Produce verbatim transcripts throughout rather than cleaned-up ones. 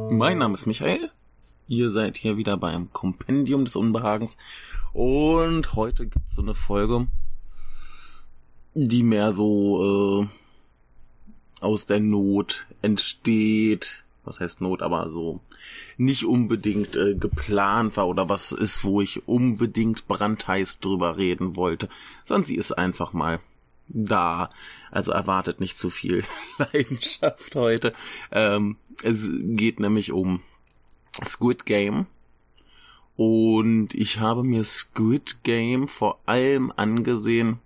Mein Name ist Michael. Ihr seid hier wieder beim Kompendium des Unbehagens. Und heute gibt es so eine Folge, die mehr so äh, aus der Not entsteht. Was heißt Not, aber so nicht unbedingt äh, geplant war oder was ist, wo ich unbedingt brandheiß drüber reden wollte, sondern sie ist einfach mal da. Also erwartet nicht zu viel Leidenschaft heute. Ähm, es geht nämlich um Squid Game. Und ich habe mir Squid Game vor allem angesehen,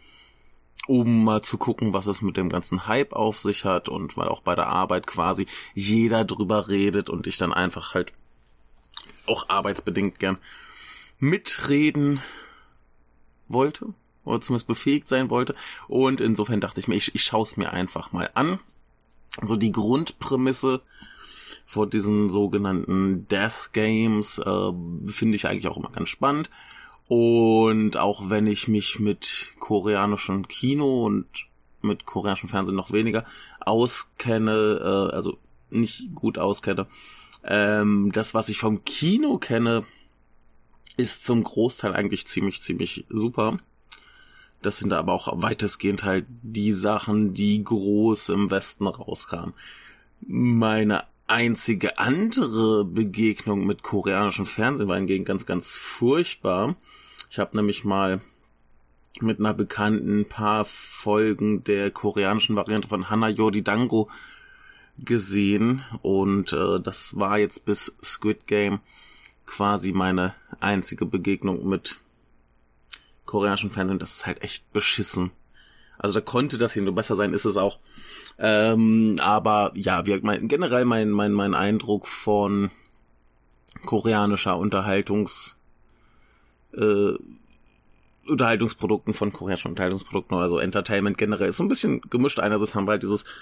um mal zu gucken, was es mit dem ganzen Hype auf sich hat und weil auch bei der Arbeit quasi jeder drüber redet und ich dann einfach halt auch arbeitsbedingt gern mitreden wollte oder zumindest befähigt sein wollte. Und insofern dachte ich mir, ich, ich schaue es mir einfach mal an. So die Grundprämisse vor diesen sogenannten Death Games äh, finde ich eigentlich auch immer ganz spannend. Und auch wenn ich mich mit koreanischem Kino und mit koreanischem Fernsehen noch weniger auskenne, äh, also nicht gut auskenne, ähm, das, was ich vom Kino kenne, ist zum Großteil eigentlich ziemlich, ziemlich super. Das sind aber auch weitestgehend halt die Sachen, die groß im Westen rauskamen. Meine einzige andere Begegnung mit koreanischem Fernsehen war hingegen ganz, ganz furchtbar. Ich habe nämlich mal mit einer Bekannten ein paar Folgen der koreanischen Variante von Hanayori Dango gesehen und äh, das war jetzt bis Squid Game quasi meine einzige Begegnung mit koreanischem Fernsehen. Das ist halt echt beschissen. Also da konnte das hier nur besser sein, ist es auch. Ähm, aber ja, wie, mein, generell mein, mein, mein Eindruck von koreanischer Unterhaltungs äh, Unterhaltungsprodukten, von koreanischen Unterhaltungsprodukten oder so Entertainment generell ist so ein bisschen gemischt. Einerseits haben wir halt dieses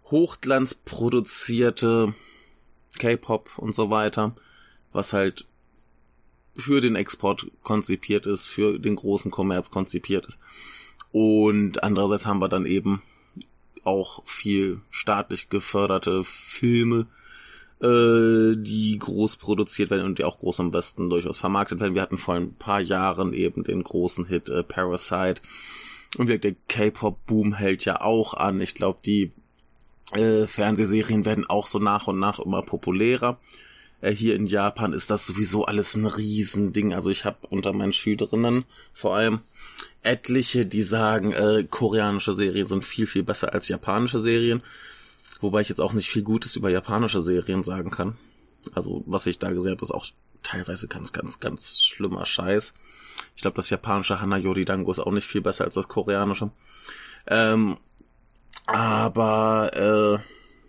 hochglanzproduzierte K-Pop und so weiter, was halt für den Export konzipiert ist, für den großen Kommerz konzipiert ist. Und andererseits haben wir dann eben auch viel staatlich geförderte Filme, äh, die groß produziert werden und die auch groß im Westen durchaus vermarktet werden. Wir hatten vor ein paar Jahren eben den großen Hit äh, Parasite. Und der K-Pop-Boom hält ja auch an. Ich glaube, die äh, Fernsehserien werden auch so nach und nach immer populärer. Äh, hier in Japan ist das sowieso alles ein Riesending. Also ich habe unter meinen Schülerinnen vor allem etliche, die sagen, äh, koreanische Serien sind viel, viel besser als japanische Serien. Wobei ich jetzt auch nicht viel Gutes über japanische Serien sagen kann. Also was ich da gesehen habe, ist auch teilweise ganz, ganz, ganz schlimmer Scheiß. Ich glaube, das japanische Hanayori Dango ist auch nicht viel besser als das koreanische. Ähm, aber, äh,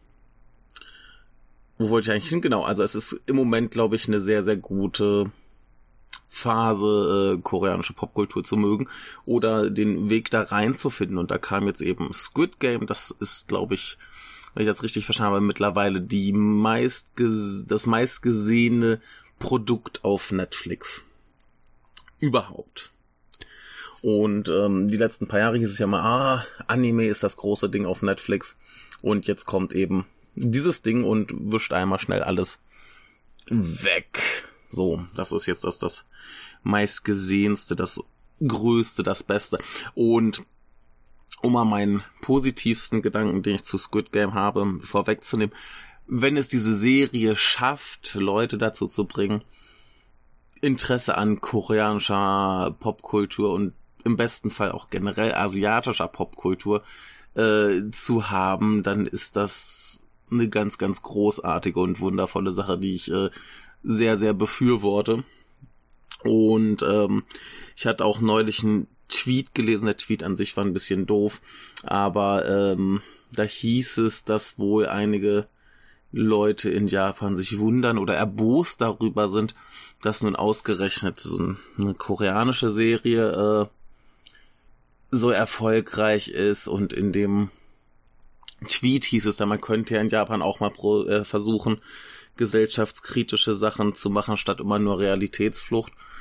wo wollte ich eigentlich hin? Genau, also es ist im Moment, glaube ich, eine sehr, sehr gute Phase, äh, koreanische Popkultur zu mögen oder den Weg da reinzufinden. Und da kam jetzt eben Squid Game. Das ist, glaube ich, wenn ich das richtig verstanden habe, mittlerweile die meistges- das meistgesehene Produkt auf Netflix. Überhaupt. Und ähm, die letzten paar Jahre hieß es ja mal, ah, Anime ist das große Ding auf Netflix. Und jetzt kommt eben dieses Ding und wischt einmal schnell alles weg. So, das ist jetzt das, das meistgesehenste, das größte, das Beste. Und um mal meinen positivsten Gedanken, den ich zu Squid Game habe, vorwegzunehmen, wenn es diese Serie schafft, Leute dazu zu bringen, Interesse an koreanischer Popkultur und im besten Fall auch generell asiatischer Popkultur äh, zu haben, dann ist das eine ganz, ganz großartige und wundervolle Sache, die ich äh, sehr, sehr befürworte. Und ähm, ich hatte auch neulich einen Tweet gelesen, der Tweet an sich war ein bisschen doof, aber ähm, da hieß es, dass wohl einige Leute in Japan sich wundern oder erbost darüber sind, dass nun ausgerechnet so eine koreanische Serie äh, so erfolgreich ist. Und in dem Tweet hieß es da, man könnte ja in Japan auch mal pro, äh, versuchen, gesellschaftskritische Sachen zu machen, statt immer nur Realitätsflucht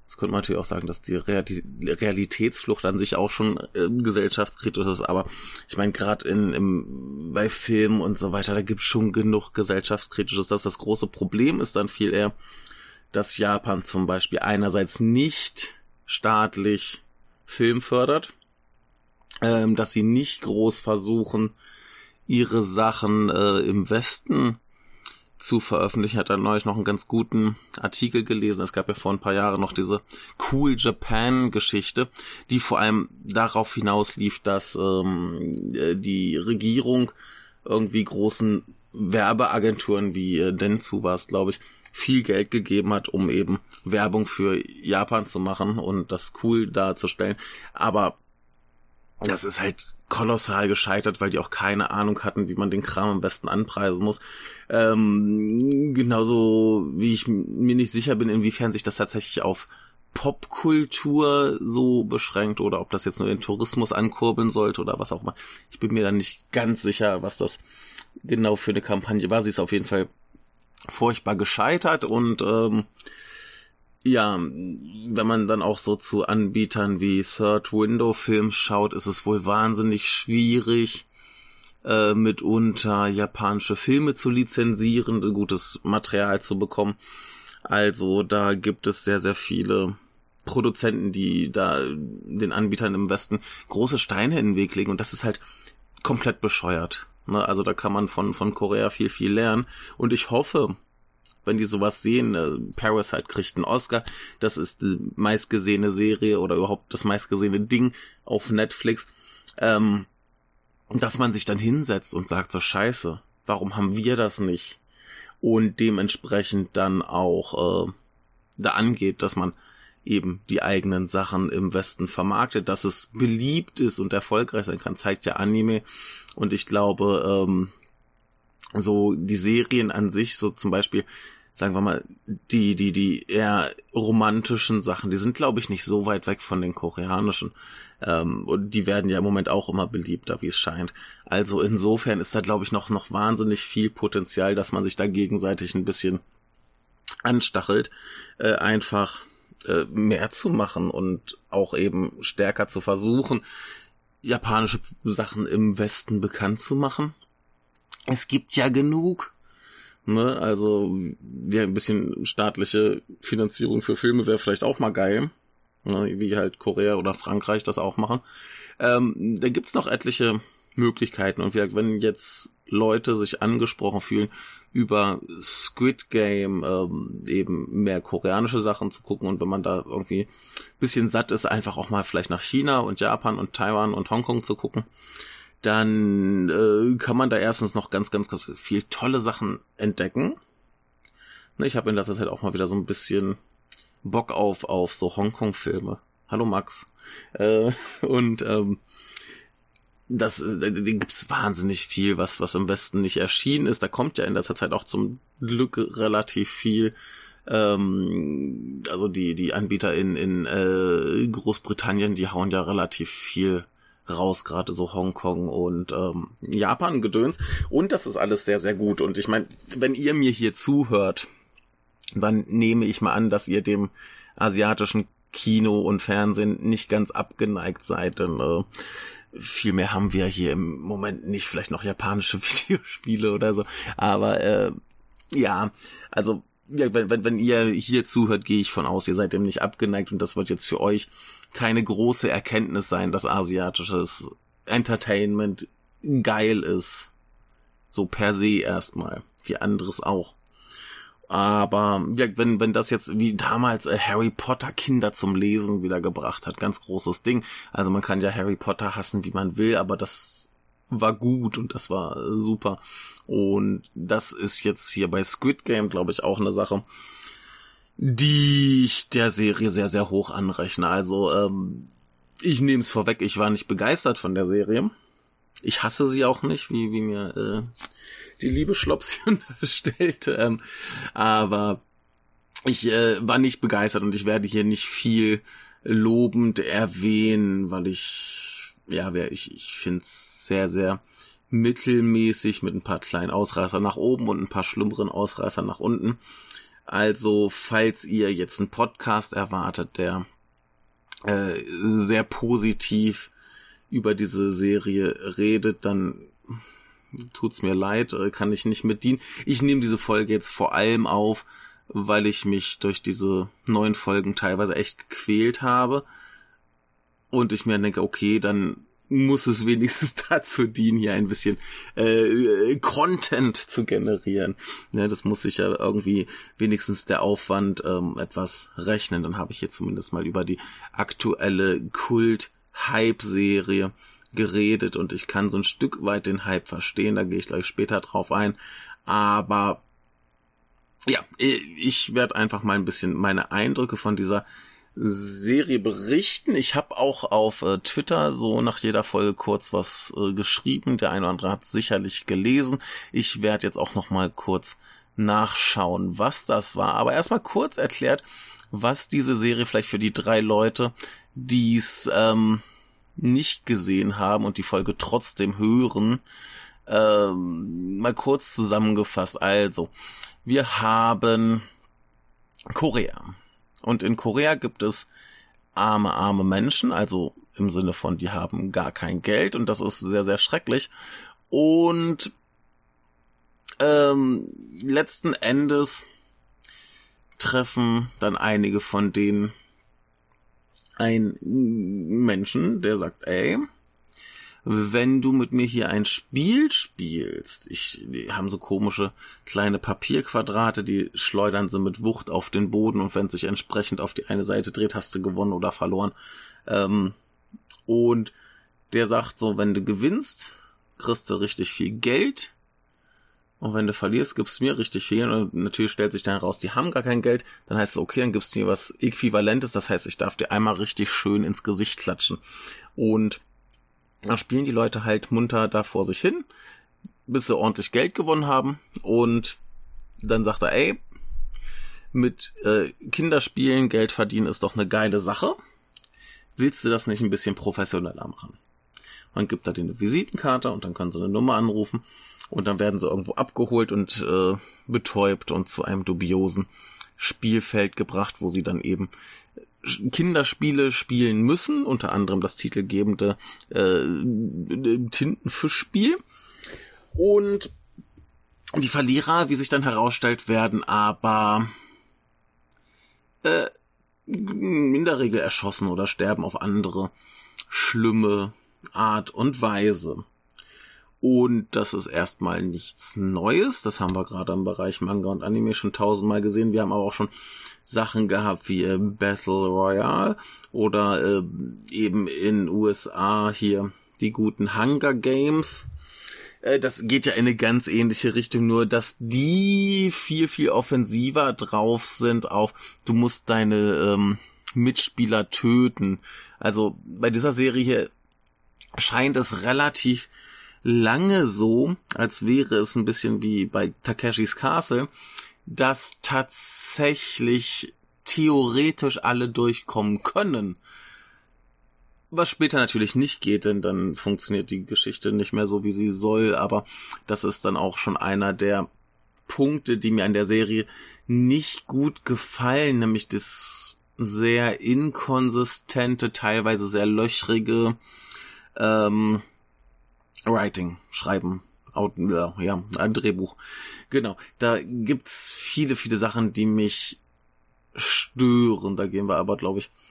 Jetzt könnte man natürlich auch sagen, dass die Realitätsflucht an sich auch schon äh, gesellschaftskritisch ist, aber ich meine, gerade in im, bei Filmen und so weiter, da gibt's schon genug gesellschaftskritisches. Das das große Problem ist dann viel eher, dass Japan zum Beispiel einerseits nicht staatlich Film fördert, ähm, dass sie nicht groß versuchen, ihre Sachen äh, im Westen zu veröffentlichen. Ich hatte neulich noch einen ganz guten Artikel gelesen. Es gab ja vor ein paar Jahren noch diese Cool Japan Geschichte, die vor allem darauf hinauslief, dass ähm, die Regierung irgendwie großen Werbeagenturen wie äh, Dentsu war es, glaube ich, viel Geld gegeben hat, um eben Werbung für Japan zu machen und das cool darzustellen. Aber das ist halt kolossal gescheitert, weil die auch keine Ahnung hatten, wie man den Kram am besten anpreisen muss. Ähm, genauso wie ich mir nicht sicher bin, inwiefern sich das tatsächlich auf Popkultur so beschränkt oder ob das jetzt nur den Tourismus ankurbeln sollte oder was auch immer. Ich bin mir da nicht ganz sicher, was das genau für eine Kampagne war. Sie ist auf jeden Fall furchtbar gescheitert und ähm, ja, wenn man dann auch so zu Anbietern wie Third Window Films schaut, ist es wohl wahnsinnig schwierig, äh, mitunter japanische Filme zu lizenzieren, gutes Material zu bekommen. Also da gibt es sehr, sehr viele Produzenten, die da den Anbietern im Westen große Steine in den Weg legen und das ist halt komplett bescheuert. Ne? Also da kann man von, von Korea viel, viel lernen und ich hoffe, wenn die sowas sehen, äh, Parasite kriegt einen Oscar, das ist die meistgesehene Serie oder überhaupt das meistgesehene Ding auf Netflix, ähm, dass man sich dann hinsetzt und sagt so, scheiße, warum haben wir das nicht? Und dementsprechend dann auch äh, da angeht, dass man eben die eigenen Sachen im Westen vermarktet, dass es beliebt ist und erfolgreich sein kann, zeigt ja Anime und ich glaube, ähm, so die Serien an sich, so zum Beispiel, sagen wir mal, die, die, die eher romantischen Sachen, die sind, glaube ich, nicht so weit weg von den koreanischen. Ähm, und die werden ja im Moment auch immer beliebter, wie es scheint. Also insofern ist da, glaube ich, noch, noch wahnsinnig viel Potenzial, dass man sich da gegenseitig ein bisschen anstachelt, äh, einfach äh, mehr zu machen und auch eben stärker zu versuchen, japanische Sachen im Westen bekannt zu machen. Es gibt ja genug, ne, also ja, ein bisschen staatliche Finanzierung für Filme wäre vielleicht auch mal geil, ne, wie halt Korea oder Frankreich das auch machen. Ähm, da gibt's noch etliche Möglichkeiten und wenn jetzt Leute sich angesprochen fühlen, über Squid Game ähm, eben mehr koreanische Sachen zu gucken und wenn man da irgendwie ein bisschen satt ist, einfach auch mal vielleicht nach China und Japan und Taiwan und Hongkong zu gucken, dann äh, kann man da erstens noch ganz, ganz, ganz viel tolle Sachen entdecken. Ne, ich habe in letzter Zeit auch mal wieder so ein bisschen Bock auf auf so Hongkong-Filme. Hallo Max. Äh, und ähm, das da gibt's wahnsinnig viel, was was im Westen nicht erschienen ist. Da kommt ja in letzter Zeit auch zum Glück relativ viel. Ähm, also die die Anbieter in in äh, Großbritannien, die hauen ja relativ viel raus, gerade so Hongkong und ähm, Japan Gedöns. Und das ist alles sehr, sehr gut. Und ich meine, wenn ihr mir hier zuhört, dann nehme ich mal an, dass ihr dem asiatischen Kino und Fernsehen nicht ganz abgeneigt seid. Denn äh, viel mehr haben wir hier im Moment nicht. Vielleicht noch japanische Videospiele oder so. Aber äh, ja, also ja, wenn, wenn, wenn ihr hier zuhört, gehe ich von aus, ihr seid dem nicht abgeneigt. Und das wird jetzt für euch keine große Erkenntnis sein, dass asiatisches Entertainment geil ist. So per se erstmal. Wie anderes auch. Aber ja, wenn wenn das jetzt wie damals äh, Harry Potter Kinder zum Lesen wieder gebracht hat, ganz großes Ding. Also man kann ja Harry Potter hassen, wie man will, aber das war gut und das war super. Und das ist jetzt hier bei Squid Game, glaube ich, auch eine Sache, die ich der Serie sehr, sehr hoch anrechne. Also, ähm, ich nehme es vorweg, ich war nicht begeistert von der Serie. Ich hasse sie auch nicht, wie, wie mir äh, die liebe Schlopsi unterstellte. Ähm, aber ich äh, war nicht begeistert und ich werde hier nicht viel lobend erwähnen, weil ich, ja, ich, ich finde es sehr, sehr mittelmäßig mit ein paar kleinen Ausreißern nach oben und ein paar schlimmeren Ausreißern nach unten. Also, falls ihr jetzt einen Podcast erwartet, der äh, sehr positiv über diese Serie redet, dann tut's mir leid, kann ich nicht mit dienen. Ich nehme diese Folge jetzt vor allem auf, weil ich mich durch diese neuen Folgen teilweise echt gequält habe und ich mir denke, okay, dann muss es wenigstens dazu dienen, hier ein bisschen äh, Content zu generieren. Ja, das muss sich ja irgendwie wenigstens der Aufwand ähm, etwas rechnen. Dann habe ich hier zumindest mal über die aktuelle Kult-Hype-Serie geredet und ich kann so ein Stück weit den Hype verstehen, da gehe ich gleich später drauf ein, aber ja, ich werde einfach mal ein bisschen meine Eindrücke von dieser Serie berichten. Ich habe auch auf äh, Twitter so nach jeder Folge kurz was äh, geschrieben, der eine oder andere hat sicherlich gelesen. Ich werde jetzt auch noch mal kurz nachschauen, was das war, aber erstmal kurz erklärt, was diese Serie vielleicht für die drei Leute, die es ähm, nicht gesehen haben und die Folge trotzdem hören, ähm, mal kurz zusammengefasst. Also, wir haben Korea. Und in Korea gibt es arme, arme Menschen, also im Sinne von, die haben gar kein Geld und das ist sehr, sehr schrecklich. Und ähm, letzten Endes treffen dann einige von denen ein Menschen, der sagt, ey, wenn du mit mir hier ein Spiel spielst, ich, die haben so komische kleine Papierquadrate, die schleudern sie mit Wucht auf den Boden und wenn es sich entsprechend auf die eine Seite dreht, hast du gewonnen oder verloren. Ähm, und der sagt so, wenn du gewinnst, kriegst du richtig viel Geld. Und wenn du verlierst, gibst du mir richtig viel. Und natürlich stellt sich dann heraus, die haben gar kein Geld. Dann heißt es, okay, dann gibst du mir was Äquivalentes. Das heißt, ich darf dir einmal richtig schön ins Gesicht klatschen. Und dann spielen die Leute halt munter da vor sich hin, bis sie ordentlich Geld gewonnen haben. Und dann sagt er, ey, mit äh, Kinderspielen Geld verdienen ist doch eine geile Sache. Willst du das nicht ein bisschen professioneller machen? Man gibt da denen eine Visitenkarte und dann können sie eine Nummer anrufen. Und dann werden sie irgendwo abgeholt und äh, betäubt und zu einem dubiosen Spielfeld gebracht, wo sie dann eben Kinderspiele spielen müssen, unter anderem das titelgebende äh, Tintenfischspiel. Und die Verlierer, wie sich dann herausstellt, werden aber äh, in der Regel erschossen oder sterben auf andere schlimme Art und Weise. Und das ist erstmal nichts Neues. Das haben wir gerade im Bereich Manga und Anime schon tausendmal gesehen. Wir haben aber auch schon Sachen gehabt wie äh, Battle Royale oder äh, eben in U S A hier die guten Hunger Games. Äh, das geht ja in eine ganz ähnliche Richtung, nur dass die viel, viel offensiver drauf sind auf, du musst deine ähm, Mitspieler töten. Also bei dieser Serie hier scheint es relativ lange so, als wäre es ein bisschen wie bei Takeshis Castle, dass tatsächlich theoretisch alle durchkommen können. Was später natürlich nicht geht, denn dann funktioniert die Geschichte nicht mehr so, wie sie soll, aber das ist dann auch schon einer der Punkte, die mir an der Serie nicht gut gefallen, nämlich das sehr inkonsistente, teilweise sehr löchrige ähm, Writing, Schreiben, ja, ein Drehbuch. Genau, da gibt's viele, viele Sachen, die mich stören. Da gehen wir aber, glaube ich,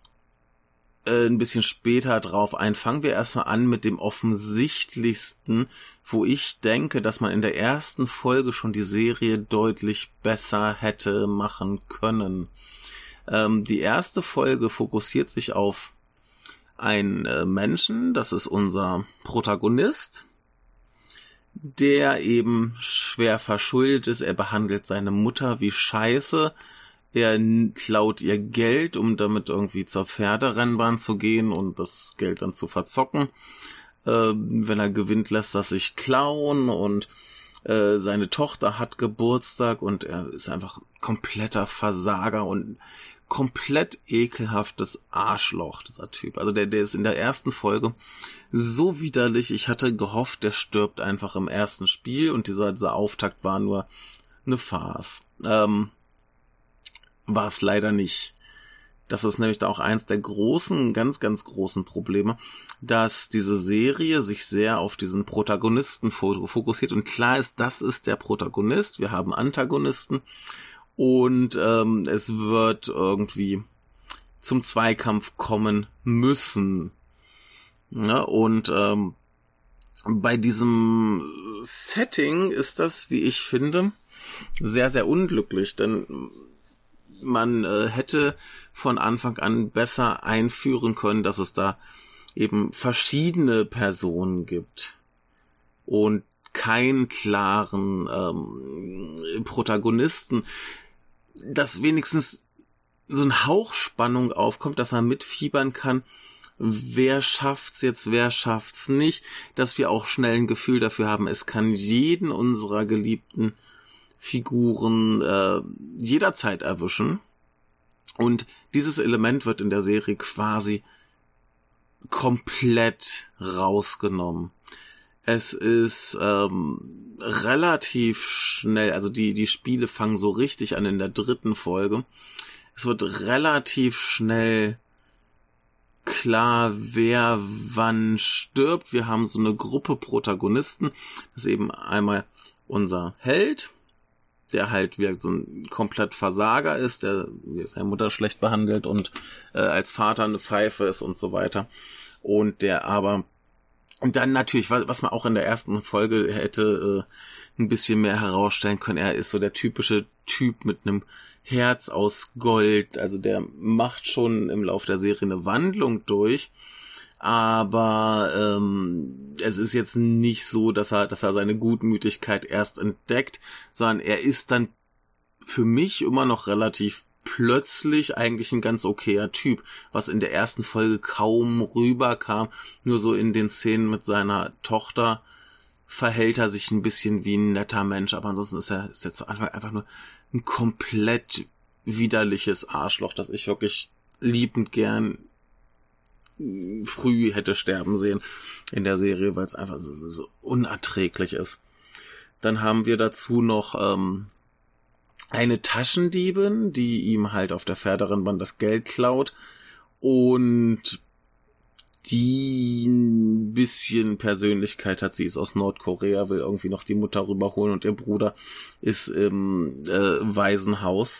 äh, ein bisschen später drauf ein. Fangen wir erstmal an mit dem offensichtlichsten, wo ich denke, dass man in der ersten Folge schon die Serie deutlich besser hätte machen können. Ähm, die erste Folge fokussiert sich auf einen äh, Menschen, das ist unser Protagonist, der eben schwer verschuldet ist. Er behandelt seine Mutter wie Scheiße. Er klaut ihr Geld, um damit irgendwie zur Pferderennbahn zu gehen und das Geld dann zu verzocken. Äh, wenn er gewinnt, lässt er sich klauen und äh, seine Tochter hat Geburtstag und er ist einfach kompletter Versager und komplett ekelhaftes Arschloch, dieser Typ. Also der, der ist in der ersten Folge so widerlich. Ich hatte gehofft, der stirbt einfach im ersten Spiel und dieser, dieser Auftakt war nur eine Farce. Ähm, war es leider nicht. Das ist nämlich da auch eins der großen, ganz, ganz großen Probleme, dass diese Serie sich sehr auf diesen Protagonisten fokussiert. Und klar ist, das ist der Protagonist. Wir haben Antagonisten und ähm, es wird irgendwie zum Zweikampf kommen müssen. Ja, und ähm, bei diesem Setting ist das, wie ich finde, sehr, sehr unglücklich, denn man äh, hätte von Anfang an besser einführen können, dass es da eben verschiedene Personen gibt und keinen klaren ähm, Protagonisten, dass wenigstens so ein Hauch Spannung aufkommt, dass man mitfiebern kann, wer schafft's jetzt, wer schafft's nicht, dass wir auch schnell ein Gefühl dafür haben, es kann jeden unserer geliebten Figuren äh, jederzeit erwischen. Und dieses Element wird in der Serie quasi komplett rausgenommen. Es ist ähm, relativ schnell, also die, die Spiele fangen so richtig an in der dritten Folge. Es wird relativ schnell klar, wer wann stirbt. Wir haben so eine Gruppe Protagonisten. Das ist eben einmal unser Held, der halt wie so ein komplett Versager ist, der seine Mutter schlecht behandelt und äh, als Vater eine Pfeife ist und so weiter. Und der aber, und dann natürlich, was man auch in der ersten Folge hätte äh, ein bisschen mehr herausstellen können, er ist so der typische Typ mit einem Herz aus Gold, also der macht schon im Lauf der Serie eine Wandlung durch, aber ähm, es ist jetzt nicht so, dass er, dass er seine Gutmütigkeit erst entdeckt, sondern er ist dann für mich immer noch relativ plötzlich eigentlich ein ganz okayer Typ, was in der ersten Folge kaum rüberkam, nur so in den Szenen mit seiner Tochter verhält er sich ein bisschen wie ein netter Mensch, aber ansonsten ist er, ist er zu Anfang einfach nur ein komplett widerliches Arschloch, das ich wirklich liebend gern früh hätte sterben sehen in der Serie, weil es einfach so, so unerträglich ist. Dann haben wir dazu noch ähm, eine Taschendiebin, die ihm halt auf der Pferderennbahn das Geld klaut und die ein bisschen Persönlichkeit hat. Sie ist aus Nordkorea, will irgendwie noch die Mutter rüberholen und ihr Bruder ist im äh, Waisenhaus.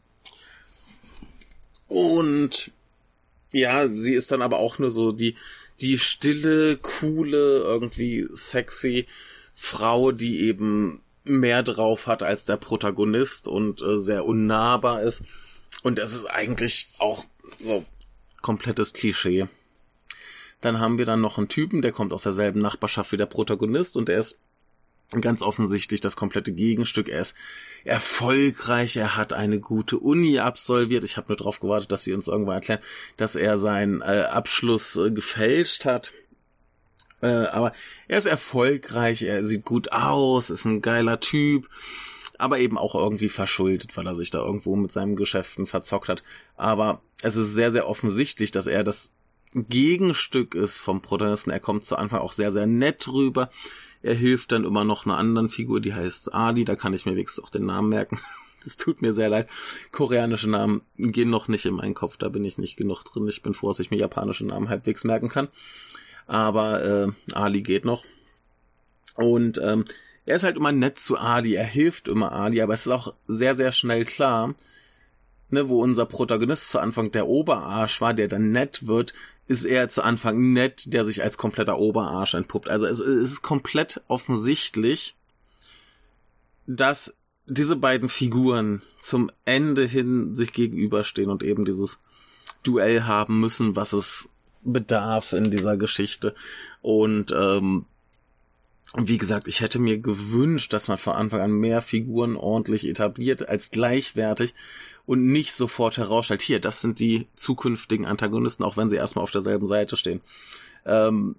Und ja, sie ist dann aber auch nur so die die stille, coole, irgendwie sexy Frau, die eben mehr drauf hat als der Protagonist und äh, sehr unnahbar ist. Und das ist eigentlich auch so komplettes Klischee. Dann haben wir dann noch einen Typen, der kommt aus derselben Nachbarschaft wie der Protagonist und er ist ganz offensichtlich das komplette Gegenstück. Er ist erfolgreich, er hat eine gute Uni absolviert. Ich habe nur darauf gewartet, dass sie uns irgendwann erklären, dass er seinen äh, Abschluss äh, gefälscht hat. Äh, aber er ist erfolgreich, er sieht gut aus, ist ein geiler Typ, aber eben auch irgendwie verschuldet, weil er sich da irgendwo mit seinen Geschäften verzockt hat. Aber es ist sehr, sehr offensichtlich, dass er das Gegenstück ist vom Protagonisten. Er kommt zu Anfang auch sehr, sehr nett rüber. Er hilft dann immer noch einer anderen Figur, die heißt Ali, da kann ich mir wenigstens auch den Namen merken. Das tut mir sehr leid. Koreanische Namen gehen noch nicht in meinen Kopf, da bin ich nicht genug drin. Ich bin froh, dass ich mir japanische Namen halbwegs merken kann. Aber äh, Ali geht noch. Und ähm, er ist halt immer nett zu Ali, er hilft immer Ali, aber es ist auch sehr, sehr schnell klar, ne, wo unser Protagonist zu Anfang der Oberarsch war, der dann nett wird, ist er zu Anfang nett, der sich als kompletter Oberarsch entpuppt. Also es, es ist komplett offensichtlich, dass diese beiden Figuren zum Ende hin sich gegenüberstehen und eben dieses Duell haben müssen, was es bedarf in dieser Geschichte. Und ähm, wie gesagt, ich hätte mir gewünscht, dass man von Anfang an mehr Figuren ordentlich etabliert als gleichwertig und nicht sofort herausstellt, hier, das sind die zukünftigen Antagonisten, auch wenn sie erstmal auf derselben Seite stehen. Ähm,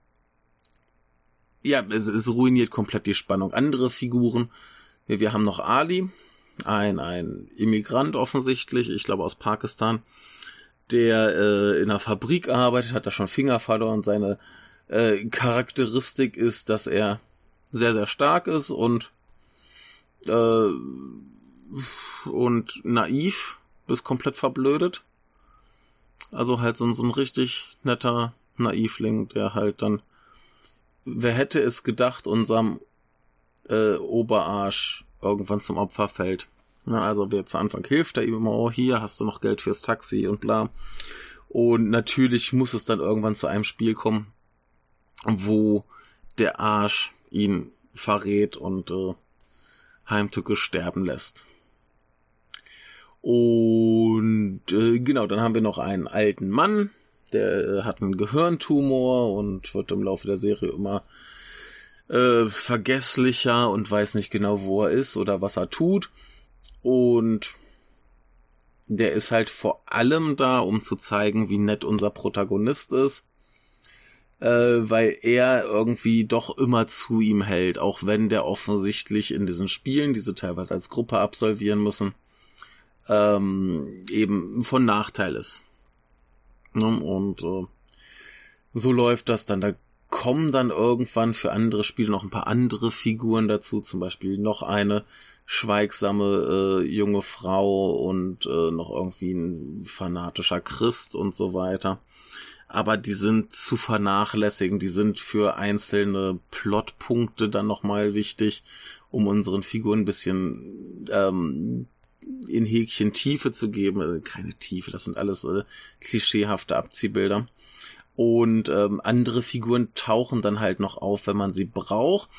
ja, es, es ruiniert komplett die Spannung. Andere Figuren, wir, wir haben noch Ali, ein, ein Immigrant offensichtlich, ich glaube aus Pakistan, der äh, in einer Fabrik arbeitet, hat da schon Finger verloren. Seine äh, Charakteristik ist, dass er sehr, sehr stark ist und äh, und naiv bist komplett verblödet. Also halt so, so ein richtig netter Naivling, der halt dann, wer hätte es gedacht, unserem äh, Oberarsch irgendwann zum Opfer fällt. Na, also wer zu Anfang hilft, der ihm immer, oh, hier hast du noch Geld fürs Taxi und bla. Und natürlich muss es dann irgendwann zu einem Spiel kommen, wo der Arsch ihn verrät und äh, heimtückisch sterben lässt. Und äh, genau, dann haben wir noch einen alten Mann, der äh, hat einen Gehirntumor und wird im Laufe der Serie immer äh, vergesslicher und weiß nicht genau, wo er ist oder was er tut. Und der ist halt vor allem da, um zu zeigen, wie nett unser Protagonist ist, äh, weil er irgendwie doch immer zu ihm hält, auch wenn der offensichtlich in diesen Spielen, die sie teilweise als Gruppe absolvieren müssen, ähm, eben von Nachteil ist. Und äh, so läuft das dann. Da kommen dann irgendwann für andere Spiele noch ein paar andere Figuren dazu, zum Beispiel noch eine schweigsame äh, junge Frau und äh, noch irgendwie ein fanatischer Christ und so weiter. Aber die sind zu vernachlässigen, die sind für einzelne Plotpunkte dann nochmal wichtig, um unseren Figuren ein bisschen ähm, in Häkchen Tiefe zu geben. Also keine Tiefe, das sind alles äh, klischeehafte Abziehbilder. Und ähm, andere Figuren tauchen dann halt noch auf, wenn man sie braucht.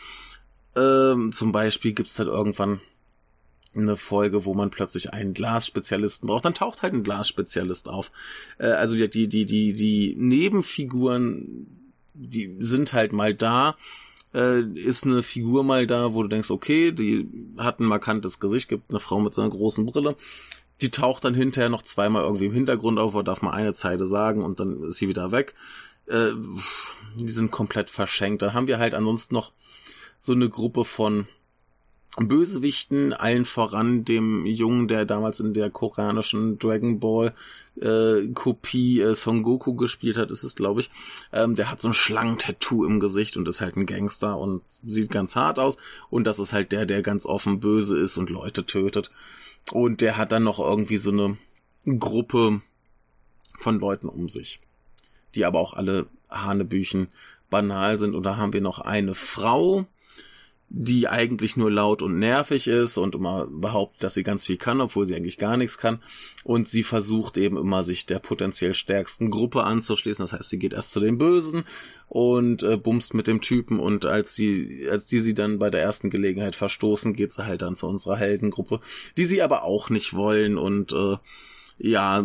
Ähm, zum Beispiel gibt's dann irgendwann eine Folge, wo man plötzlich einen Glasspezialisten braucht, dann taucht halt ein Glasspezialist auf. Äh, also die, die, die, die, die Nebenfiguren, die sind halt mal da, äh, ist eine Figur mal da, wo du denkst, okay, die hat ein markantes Gesicht, gibt eine Frau mit so einer großen Brille, die taucht dann hinterher noch zweimal irgendwie im Hintergrund auf, oder darf mal eine Zeile sagen und dann ist sie wieder weg. Äh, die sind komplett verschenkt. Dann haben wir halt ansonsten noch so eine Gruppe von Bösewichten, allen voran dem Jungen, der damals in der koreanischen Dragon Ball äh, Kopie äh, Son Goku gespielt hat, ist es, glaube ich. Ähm, der hat so ein Schlangentattoo im Gesicht und ist halt ein Gangster und sieht ganz hart aus. Und das ist halt der, der ganz offen böse ist und Leute tötet. Und der hat dann noch irgendwie so eine Gruppe von Leuten um sich, die aber auch alle Hanebüchen banal sind. Und da haben wir noch eine Frau, die eigentlich nur laut und nervig ist und immer behauptet, dass sie ganz viel kann, obwohl sie eigentlich gar nichts kann. Und sie versucht eben immer, sich der potenziell stärksten Gruppe anzuschließen. Das heißt, sie geht erst zu den Bösen und äh, bumst mit dem Typen. Und als sie, als die sie dann bei der ersten Gelegenheit verstoßen, geht sie halt dann zu unserer Heldengruppe, die sie aber auch nicht wollen. Und äh, ja,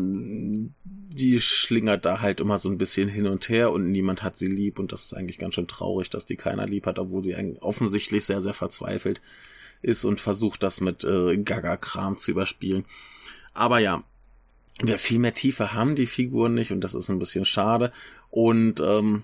die schlingert da halt immer so ein bisschen hin und her und niemand hat sie lieb und das ist eigentlich ganz schön traurig, dass die keiner lieb hat, obwohl sie eigentlich offensichtlich sehr, sehr verzweifelt ist und versucht, das mit äh, Gaga-Kram zu überspielen. Aber ja, wir viel mehr Tiefe haben die Figuren nicht und das ist ein bisschen schade. Und ähm,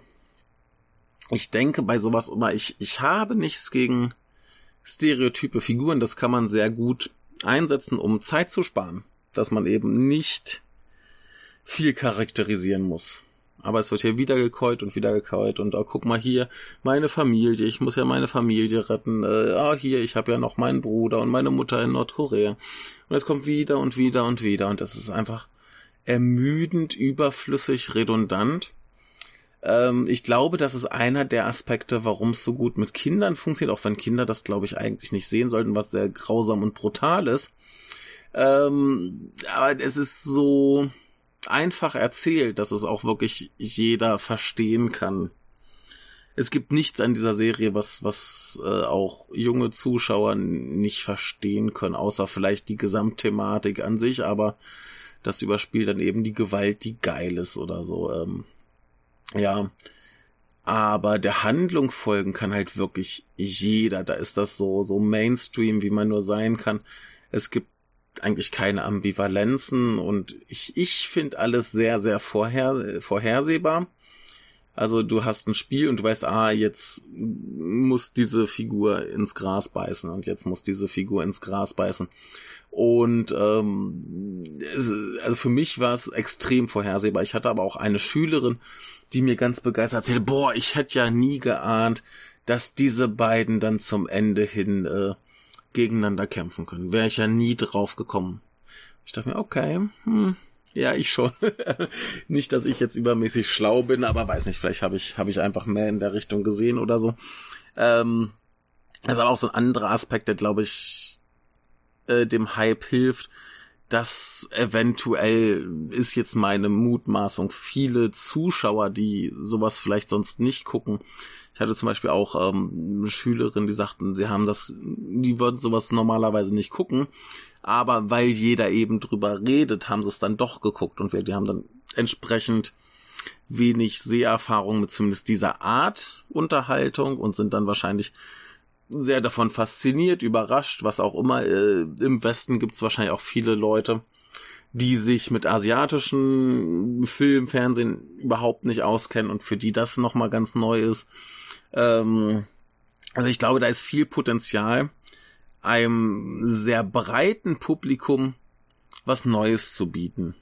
ich denke bei sowas immer, ich, ich habe nichts gegen stereotype Figuren, das kann man sehr gut einsetzen, um Zeit zu sparen. Dass man eben nicht viel charakterisieren muss. Aber es wird hier wieder gekäut und wieder gekäut und oh, guck mal hier, meine Familie, ich muss ja meine Familie retten. Äh, ah, hier, ich habe ja noch meinen Bruder und meine Mutter in Nordkorea. Und es kommt wieder und wieder und wieder und das ist einfach ermüdend, überflüssig, redundant. Ähm, ich glaube, das ist einer der Aspekte, warum es so gut mit Kindern funktioniert, auch wenn Kinder das, glaube ich, eigentlich nicht sehen sollten, was sehr grausam und brutal ist. Ähm, aber es ist so einfach erzählt, dass es auch wirklich jeder verstehen kann. Es gibt nichts an dieser Serie, was was äh, auch junge Zuschauer nicht verstehen können, außer vielleicht die Gesamtthematik an sich, aber das überspielt dann eben die Gewalt, die geil ist oder so. Ähm, ja, aber der Handlung folgen kann halt wirklich jeder. Da ist das so so Mainstream, wie man nur sein kann. Es gibt eigentlich keine Ambivalenzen und ich, ich finde alles sehr, sehr vorher, vorhersehbar. Also du hast ein Spiel und du weißt, ah, jetzt muss diese Figur ins Gras beißen und jetzt muss diese Figur ins Gras beißen. Und ähm, es, also für mich war es extrem vorhersehbar. Ich hatte aber auch eine Schülerin, die mir ganz begeistert erzählte, boah, ich hätte ja nie geahnt, dass diese beiden dann zum Ende hin äh, gegeneinander kämpfen können. Wäre ich ja nie drauf gekommen. Ich dachte mir, okay, hm, ja, ich schon. Nicht, dass ich jetzt übermäßig schlau bin, aber weiß nicht, vielleicht habe ich, hab ich einfach mehr in der Richtung gesehen oder so. Ähm, das ist aber auch so ein anderer Aspekt, der, glaube ich, äh, dem Hype hilft, dass eventuell ist jetzt meine Mutmaßung, viele Zuschauer, die sowas vielleicht sonst nicht gucken. Ich hatte zum Beispiel auch ähm, Schülerinnen, die sagten, sie haben das, die würden sowas normalerweise nicht gucken, aber weil jeder eben drüber redet, haben sie es dann doch geguckt und wir, die haben dann entsprechend wenig Seherfahrung mit zumindest dieser Art Unterhaltung und sind dann wahrscheinlich sehr davon fasziniert, überrascht, was auch immer. Äh, im Westen gibt's wahrscheinlich auch viele Leute, die sich mit asiatischen Film, Fernsehen überhaupt nicht auskennen und für die das nochmal ganz neu ist. Ähm, also ich glaube, da ist viel Potenzial, einem sehr breiten Publikum was Neues zu bieten.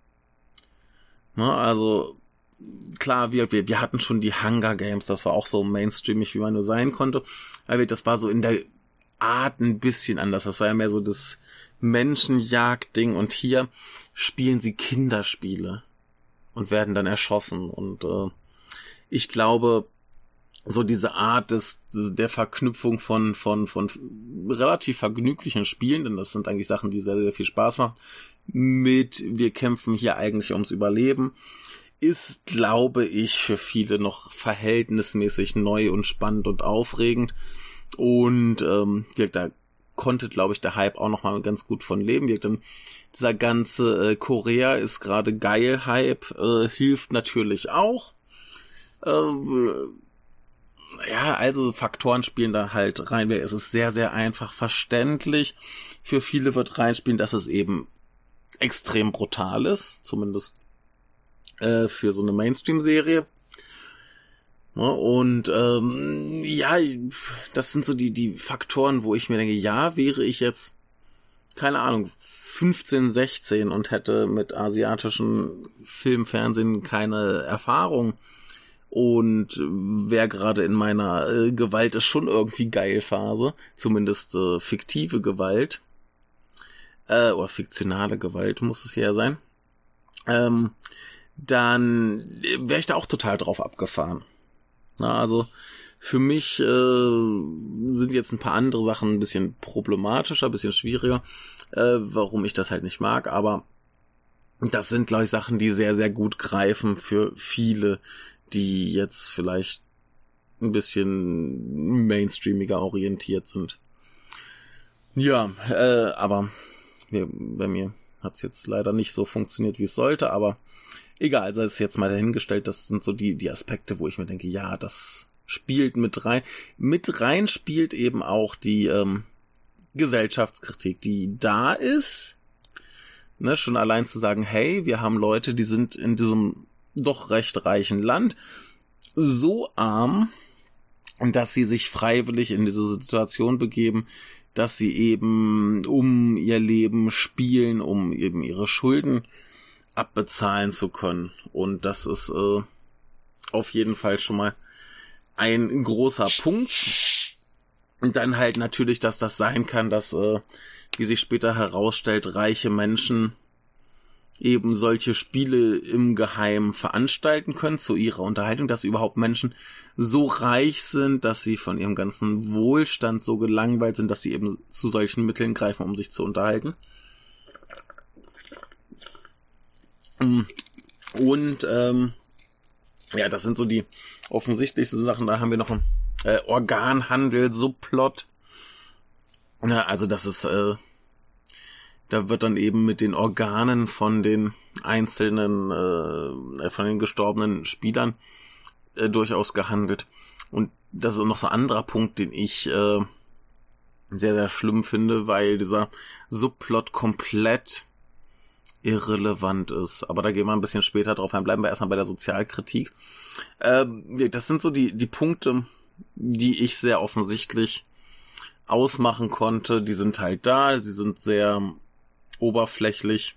Ne, also klar, wir, wir, wir hatten schon die Hunger Games, das war auch so mainstreamig, wie man nur sein konnte. Aber das war so in der Art ein bisschen anders. Das war ja mehr so das Menschenjagd-Ding und hier spielen sie Kinderspiele und werden dann erschossen. Und äh, ich glaube, so diese Art des, der Verknüpfung von, von, von relativ vergnüglichen Spielen, denn das sind eigentlich Sachen, die sehr, sehr viel Spaß machen, mit wir kämpfen hier eigentlich ums Überleben, ist, glaube ich, für viele noch verhältnismäßig neu und spannend und aufregend. Und ähm, da konnte, glaube ich, der Hype auch noch mal ganz gut von leben. Wirkt dann dieser ganze äh, Korea ist gerade geil Hype, äh, hilft natürlich auch. Äh, ja, also Faktoren spielen da halt rein. Es ist sehr, sehr einfach verständlich. Für viele wird reinspielen, dass es eben extrem brutal ist, zumindest für so eine Mainstream-Serie. Und ähm, ja, das sind so die die Faktoren, wo ich mir denke, ja, wäre ich jetzt, keine Ahnung, fünfzehn, sechzehn und hätte mit asiatischen Film, Fernsehen keine Erfahrung und wäre gerade in meiner äh, Gewalt ist schon irgendwie geil Phase, zumindest äh, fiktive Gewalt, äh, oder fiktionale Gewalt muss es ja sein, ähm, dann wäre ich da auch total drauf abgefahren. Na, also für mich äh, sind jetzt ein paar andere Sachen ein bisschen problematischer, ein bisschen schwieriger, äh, warum ich das halt nicht mag, aber das sind, glaube ich, Sachen, die sehr, sehr gut greifen für viele, die jetzt vielleicht ein bisschen mainstreamiger orientiert sind. Ja, äh, aber mir, bei mir hat es jetzt leider nicht so funktioniert, wie es sollte, aber egal, sei es jetzt mal dahingestellt, das sind so die, die Aspekte, wo ich mir denke, ja, das spielt mit rein. Mit rein spielt eben auch die ähm, Gesellschaftskritik, die da ist. Ne, schon allein zu sagen, hey, wir haben Leute, die sind in diesem doch recht reichen Land so arm, dass sie sich freiwillig in diese Situation begeben, dass sie eben um ihr Leben spielen, um eben ihre Schulden abbezahlen zu können. Und das ist äh, auf jeden Fall schon mal ein großer Punkt. Und dann halt natürlich, dass das sein kann, dass, äh, wie sich später herausstellt, reiche Menschen eben solche Spiele im Geheimen veranstalten können zu ihrer Unterhaltung, dass überhaupt Menschen so reich sind, dass sie von ihrem ganzen Wohlstand so gelangweilt sind, dass sie eben zu solchen Mitteln greifen, um sich zu unterhalten. Und ähm, ja, das sind so die offensichtlichsten Sachen. Da haben wir noch einen äh, Organhandel, Subplot. Ja, also das ist, äh, da wird dann eben mit den Organen von den einzelnen, äh, von den gestorbenen Spielern äh, durchaus gehandelt. Und das ist noch so ein anderer Punkt, den ich äh, sehr, sehr schlimm finde, weil dieser Subplot komplett irrelevant ist. Aber da gehen wir ein bisschen später drauf ein. Bleiben wir erstmal bei der Sozialkritik. Ähm, das sind so die, die Punkte, die ich sehr offensichtlich ausmachen konnte. Die sind halt da, sie sind sehr oberflächlich,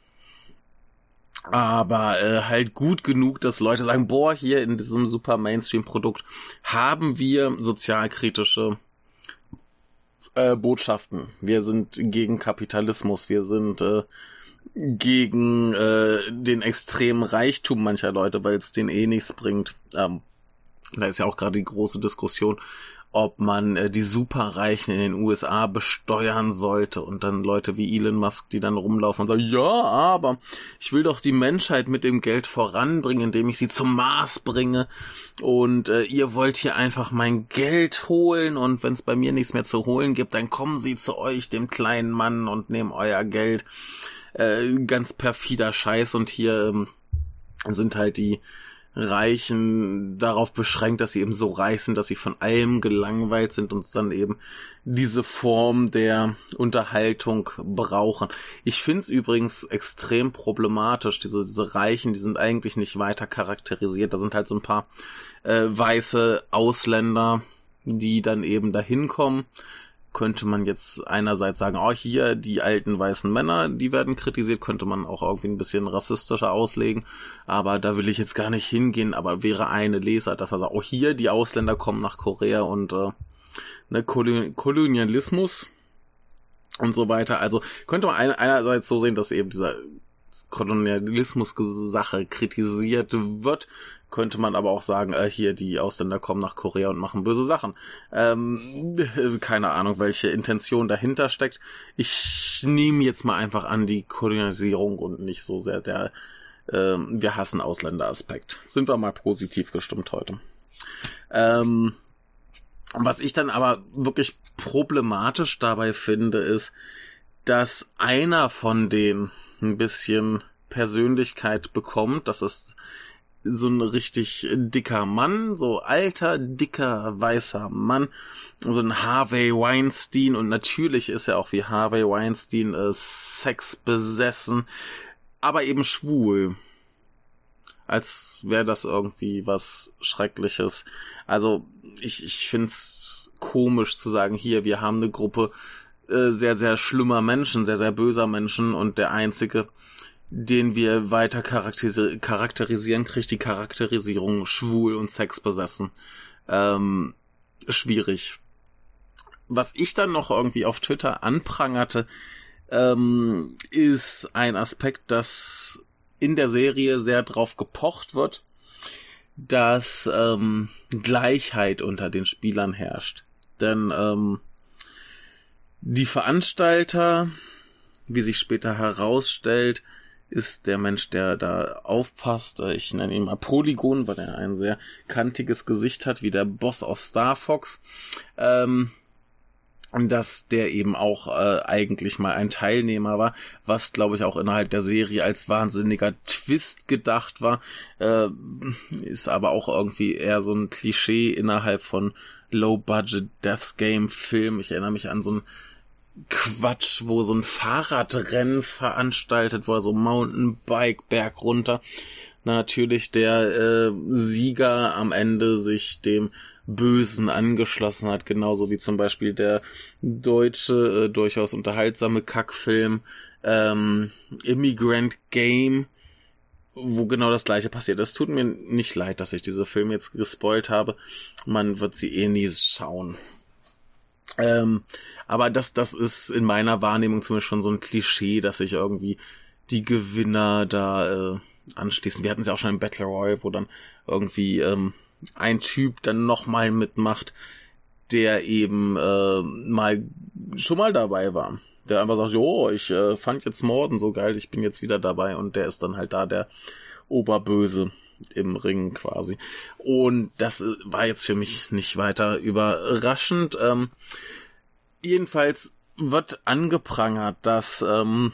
aber äh, halt gut genug, dass Leute sagen, boah, hier in diesem super Mainstream-Produkt haben wir sozialkritische äh, Botschaften. Wir sind gegen Kapitalismus, wir sind äh, gegen äh, den extremen Reichtum mancher Leute, weil es denen eh nichts bringt. Ähm, da ist ja auch gerade die große Diskussion, ob man äh, die Superreichen in den U S A besteuern sollte und dann Leute wie Elon Musk, die dann rumlaufen und sagen, ja, aber ich will doch die Menschheit mit dem Geld voranbringen, indem ich sie zum Mars bringe und äh, ihr wollt hier einfach mein Geld holen und wenn es bei mir nichts mehr zu holen gibt, dann kommen sie zu euch, dem kleinen Mann, und nehmen euer Geld. Äh, ganz perfider Scheiß, und hier ähm, sind halt die Reichen darauf beschränkt, dass sie eben so reich sind, dass sie von allem gelangweilt sind und dann eben diese Form der Unterhaltung brauchen. Ich finde es übrigens extrem problematisch, diese, diese Reichen, die sind eigentlich nicht weiter charakterisiert. Da sind halt so ein paar äh, weiße Ausländer, die dann eben dahin kommen. Könnte man jetzt einerseits sagen, oh, hier die alten weißen Männer, die werden kritisiert, könnte man auch irgendwie ein bisschen rassistischer auslegen, aber da will ich jetzt gar nicht hingehen, aber wäre eine Lesart, dass man sagt, oh, hier die Ausländer kommen nach Korea und äh, ne, Kolon- Kolonialismus und so weiter. Also könnte man einerseits so sehen, dass eben dieser Kolonialismus-Sache kritisiert wird, könnte man aber auch sagen, äh, hier, die Ausländer kommen nach Korea und machen böse Sachen. Ähm, keine Ahnung, welche Intention dahinter steckt. Ich nehme jetzt mal einfach an die Kolonialisierung und nicht so sehr der ähm, wir hassen Ausländer-Aspekt. Sind wir mal positiv gestimmt heute. Ähm, was ich dann aber wirklich problematisch dabei finde, ist, dass einer von denen ein bisschen Persönlichkeit bekommt. Das ist so ein richtig dicker Mann, so alter, dicker, weißer Mann, so ein Harvey Weinstein, und natürlich ist er auch wie Harvey Weinstein äh, sexbesessen, aber eben schwul. Als wäre das irgendwie was Schreckliches. Also ich, ich find's komisch zu sagen, hier, wir haben eine Gruppe äh, sehr, sehr schlimmer Menschen, sehr, sehr böser Menschen, und der einzige, den wir weiter charakterisi- charakterisieren, kriegt die Charakterisierung schwul und sexbesessen. Ähm, schwierig. Was ich dann noch irgendwie auf Twitter anprangerte, ähm, ist ein Aspekt, dass in der Serie sehr drauf gepocht wird, dass ähm, Gleichheit unter den Spielern herrscht. Denn ähm, die Veranstalter, wie sich später herausstellt, ist der Mensch, der da aufpasst. Ich nenne ihn mal Polygon, weil er ein sehr kantiges Gesicht hat, wie der Boss aus Star Fox. Ähm, dass der eben auch äh, eigentlich mal ein Teilnehmer war, was, glaube ich, auch innerhalb der Serie als wahnsinniger Twist gedacht war. Äh, ist aber auch irgendwie eher so ein Klischee innerhalb von Low-Budget-Death-Game-Film. Ich erinnere mich an so ein Quatsch, wo so ein Fahrradrennen veranstaltet wurde, so Mountainbike, Berg runter. Na, natürlich der äh, Sieger am Ende sich dem Bösen angeschlossen hat, genauso wie zum Beispiel der deutsche, äh, durchaus unterhaltsame Kackfilm ähm, Immigrant Game, wo genau das gleiche passiert. Es tut mir nicht leid, dass ich diese Filme jetzt gespoilt habe. Man wird sie eh nie schauen. Ähm, aber das, das ist in meiner Wahrnehmung zumindest schon so ein Klischee, dass sich irgendwie die Gewinner da äh, anschließen. Wir hatten es ja auch schon im Battle Royale, wo dann irgendwie ähm, ein Typ dann nochmal mitmacht, der eben äh, mal schon mal dabei war. Der einfach sagt, jo, ich äh, fand jetzt Morden so geil, ich bin jetzt wieder dabei, und der ist dann halt da der Oberböse im Ring quasi. Und das war jetzt für mich nicht weiter überraschend. Ähm, jedenfalls wird angeprangert, dass ähm,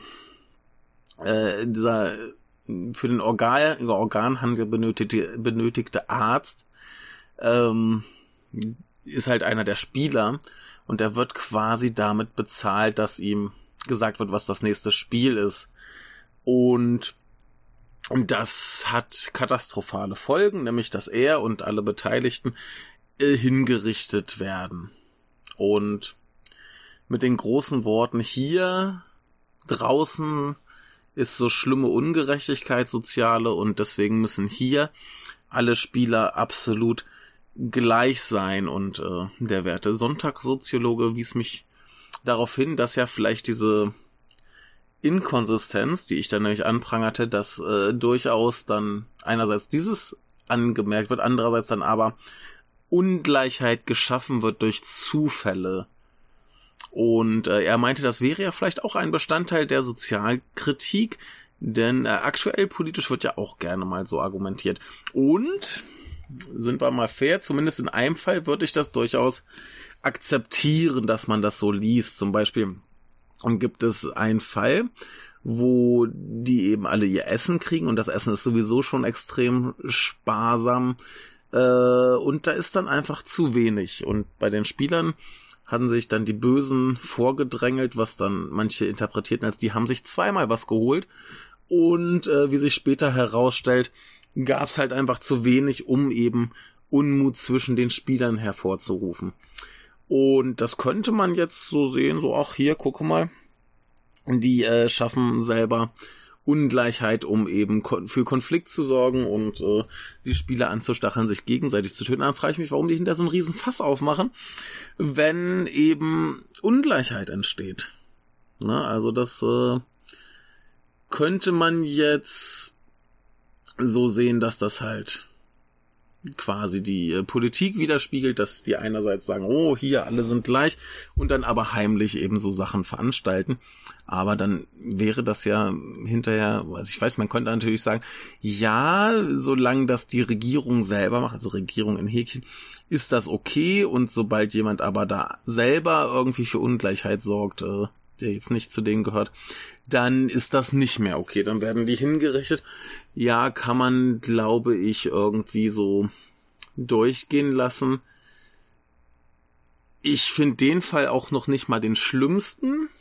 äh, dieser für den Organ, Organhandel benötigte, benötigte Arzt ähm, ist halt einer der Spieler, und er wird quasi damit bezahlt, dass ihm gesagt wird, was das nächste Spiel ist. Und das hat katastrophale Folgen, nämlich dass er und alle Beteiligten äh, hingerichtet werden. Und mit den großen Worten, hier draußen ist so schlimme Ungerechtigkeit, soziale, und deswegen müssen hier alle Spieler absolut gleich sein. Und äh, der werte Sonntagssoziologe wies mich darauf hin, dass ja vielleicht diese Inkonsistenz, die ich dann nämlich anprangerte, dass äh, durchaus dann einerseits dieses angemerkt wird, andererseits dann aber Ungleichheit geschaffen wird durch Zufälle. Und äh, er meinte, das wäre ja vielleicht auch ein Bestandteil der Sozialkritik, denn äh, aktuell politisch wird ja auch gerne mal so argumentiert. Und, sind wir mal fair, zumindest in einem Fall würde ich das durchaus akzeptieren, dass man das so liest. Zum Beispiel gibt es einen Fall, wo die eben alle ihr Essen kriegen und das Essen ist sowieso schon extrem sparsam äh, und da ist dann einfach zu wenig. Und bei den Spielern hatten sich dann die Bösen vorgedrängelt, was dann manche interpretierten als, die haben sich zweimal was geholt und äh, wie sich später herausstellt, gab es halt einfach zu wenig, um eben Unmut zwischen den Spielern hervorzurufen. Und das könnte man jetzt so sehen, so, ach hier, gucke mal, die äh, schaffen selber Ungleichheit, um eben kon- für Konflikt zu sorgen und äh, die Spieler anzustacheln, sich gegenseitig zu töten. Dann frage ich mich, warum die hinter so einen riesen Fass aufmachen, wenn eben Ungleichheit entsteht. Na, also das äh, könnte man jetzt so sehen, dass das halt quasi die äh, Politik widerspiegelt, dass die einerseits sagen, oh, hier, alle sind gleich und dann aber heimlich eben so Sachen veranstalten. Aber dann wäre das ja hinterher, also ich weiß, man könnte natürlich sagen, ja, solange das die Regierung selber macht, also Regierung in Häkchen, ist das okay und sobald jemand aber da selber irgendwie für Ungleichheit sorgt, äh, der jetzt nicht zu denen gehört, dann ist das nicht mehr okay. Dann werden die hingerichtet. Ja, kann man, glaube ich, irgendwie so durchgehen lassen. Ich finde den Fall auch noch nicht mal den schlimmsten.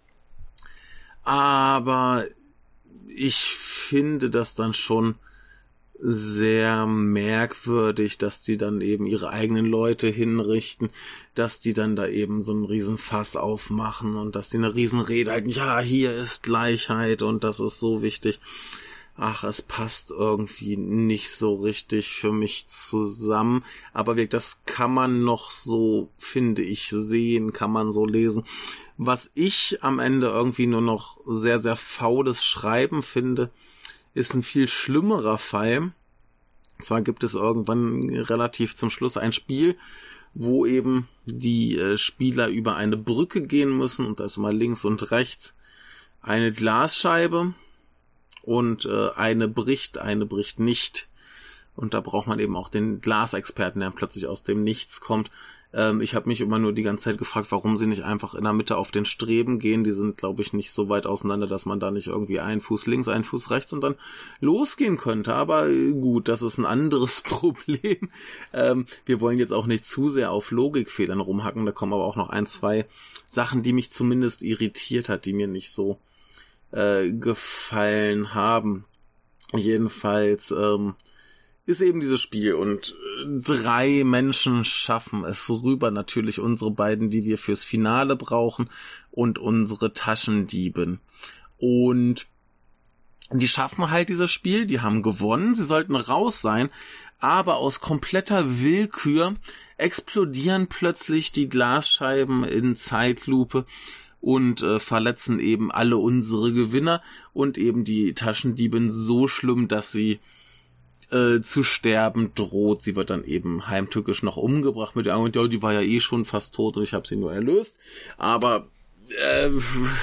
Aber ich finde das dann schon sehr merkwürdig, dass die dann eben ihre eigenen Leute hinrichten, dass die dann da eben so einen riesen Fass aufmachen und dass die eine riesen Rede halten, ja, hier ist Gleichheit und das ist so wichtig. Ach, es passt irgendwie nicht so richtig für mich zusammen, aber wirklich, das kann man noch so, finde ich, sehen, kann man so lesen. Was ich am Ende irgendwie nur noch sehr, sehr faules Schreiben finde, ist ein viel schlimmerer Fall. Und zwar gibt es irgendwann relativ zum Schluss ein Spiel, wo eben die äh, Spieler über eine Brücke gehen müssen und da ist mal links und rechts eine Glasscheibe und äh, eine bricht, eine bricht nicht. Und da braucht man eben auch den Glasexperten, der plötzlich aus dem Nichts kommt. Ähm, ich habe mich immer nur die ganze Zeit gefragt, warum sie nicht einfach in der Mitte auf den Streben gehen. Die sind, glaube ich, nicht so weit auseinander, dass man da nicht irgendwie einen Fuß links, einen Fuß rechts und dann losgehen könnte. Aber gut, das ist ein anderes Problem. Ähm, wir wollen jetzt auch nicht zu sehr auf Logikfehlern rumhacken. Da kommen aber auch noch ein, zwei Sachen, die mich zumindest irritiert hat, die mir nicht so äh, gefallen haben. Jedenfalls ähm, ist eben dieses Spiel und drei Menschen schaffen es rüber, natürlich unsere beiden, die wir fürs Finale brauchen und unsere Taschendieben. Und die schaffen halt dieses Spiel, die haben gewonnen, sie sollten raus sein, aber aus kompletter Willkür explodieren plötzlich die Glasscheiben in Zeitlupe und äh, verletzen eben alle unsere Gewinner und eben die Taschendieben so schlimm, dass sie Äh, zu sterben droht. Sie wird dann eben heimtückisch noch umgebracht mit der Argument, ja, die war ja eh schon fast tot und ich habe sie nur erlöst. Aber äh,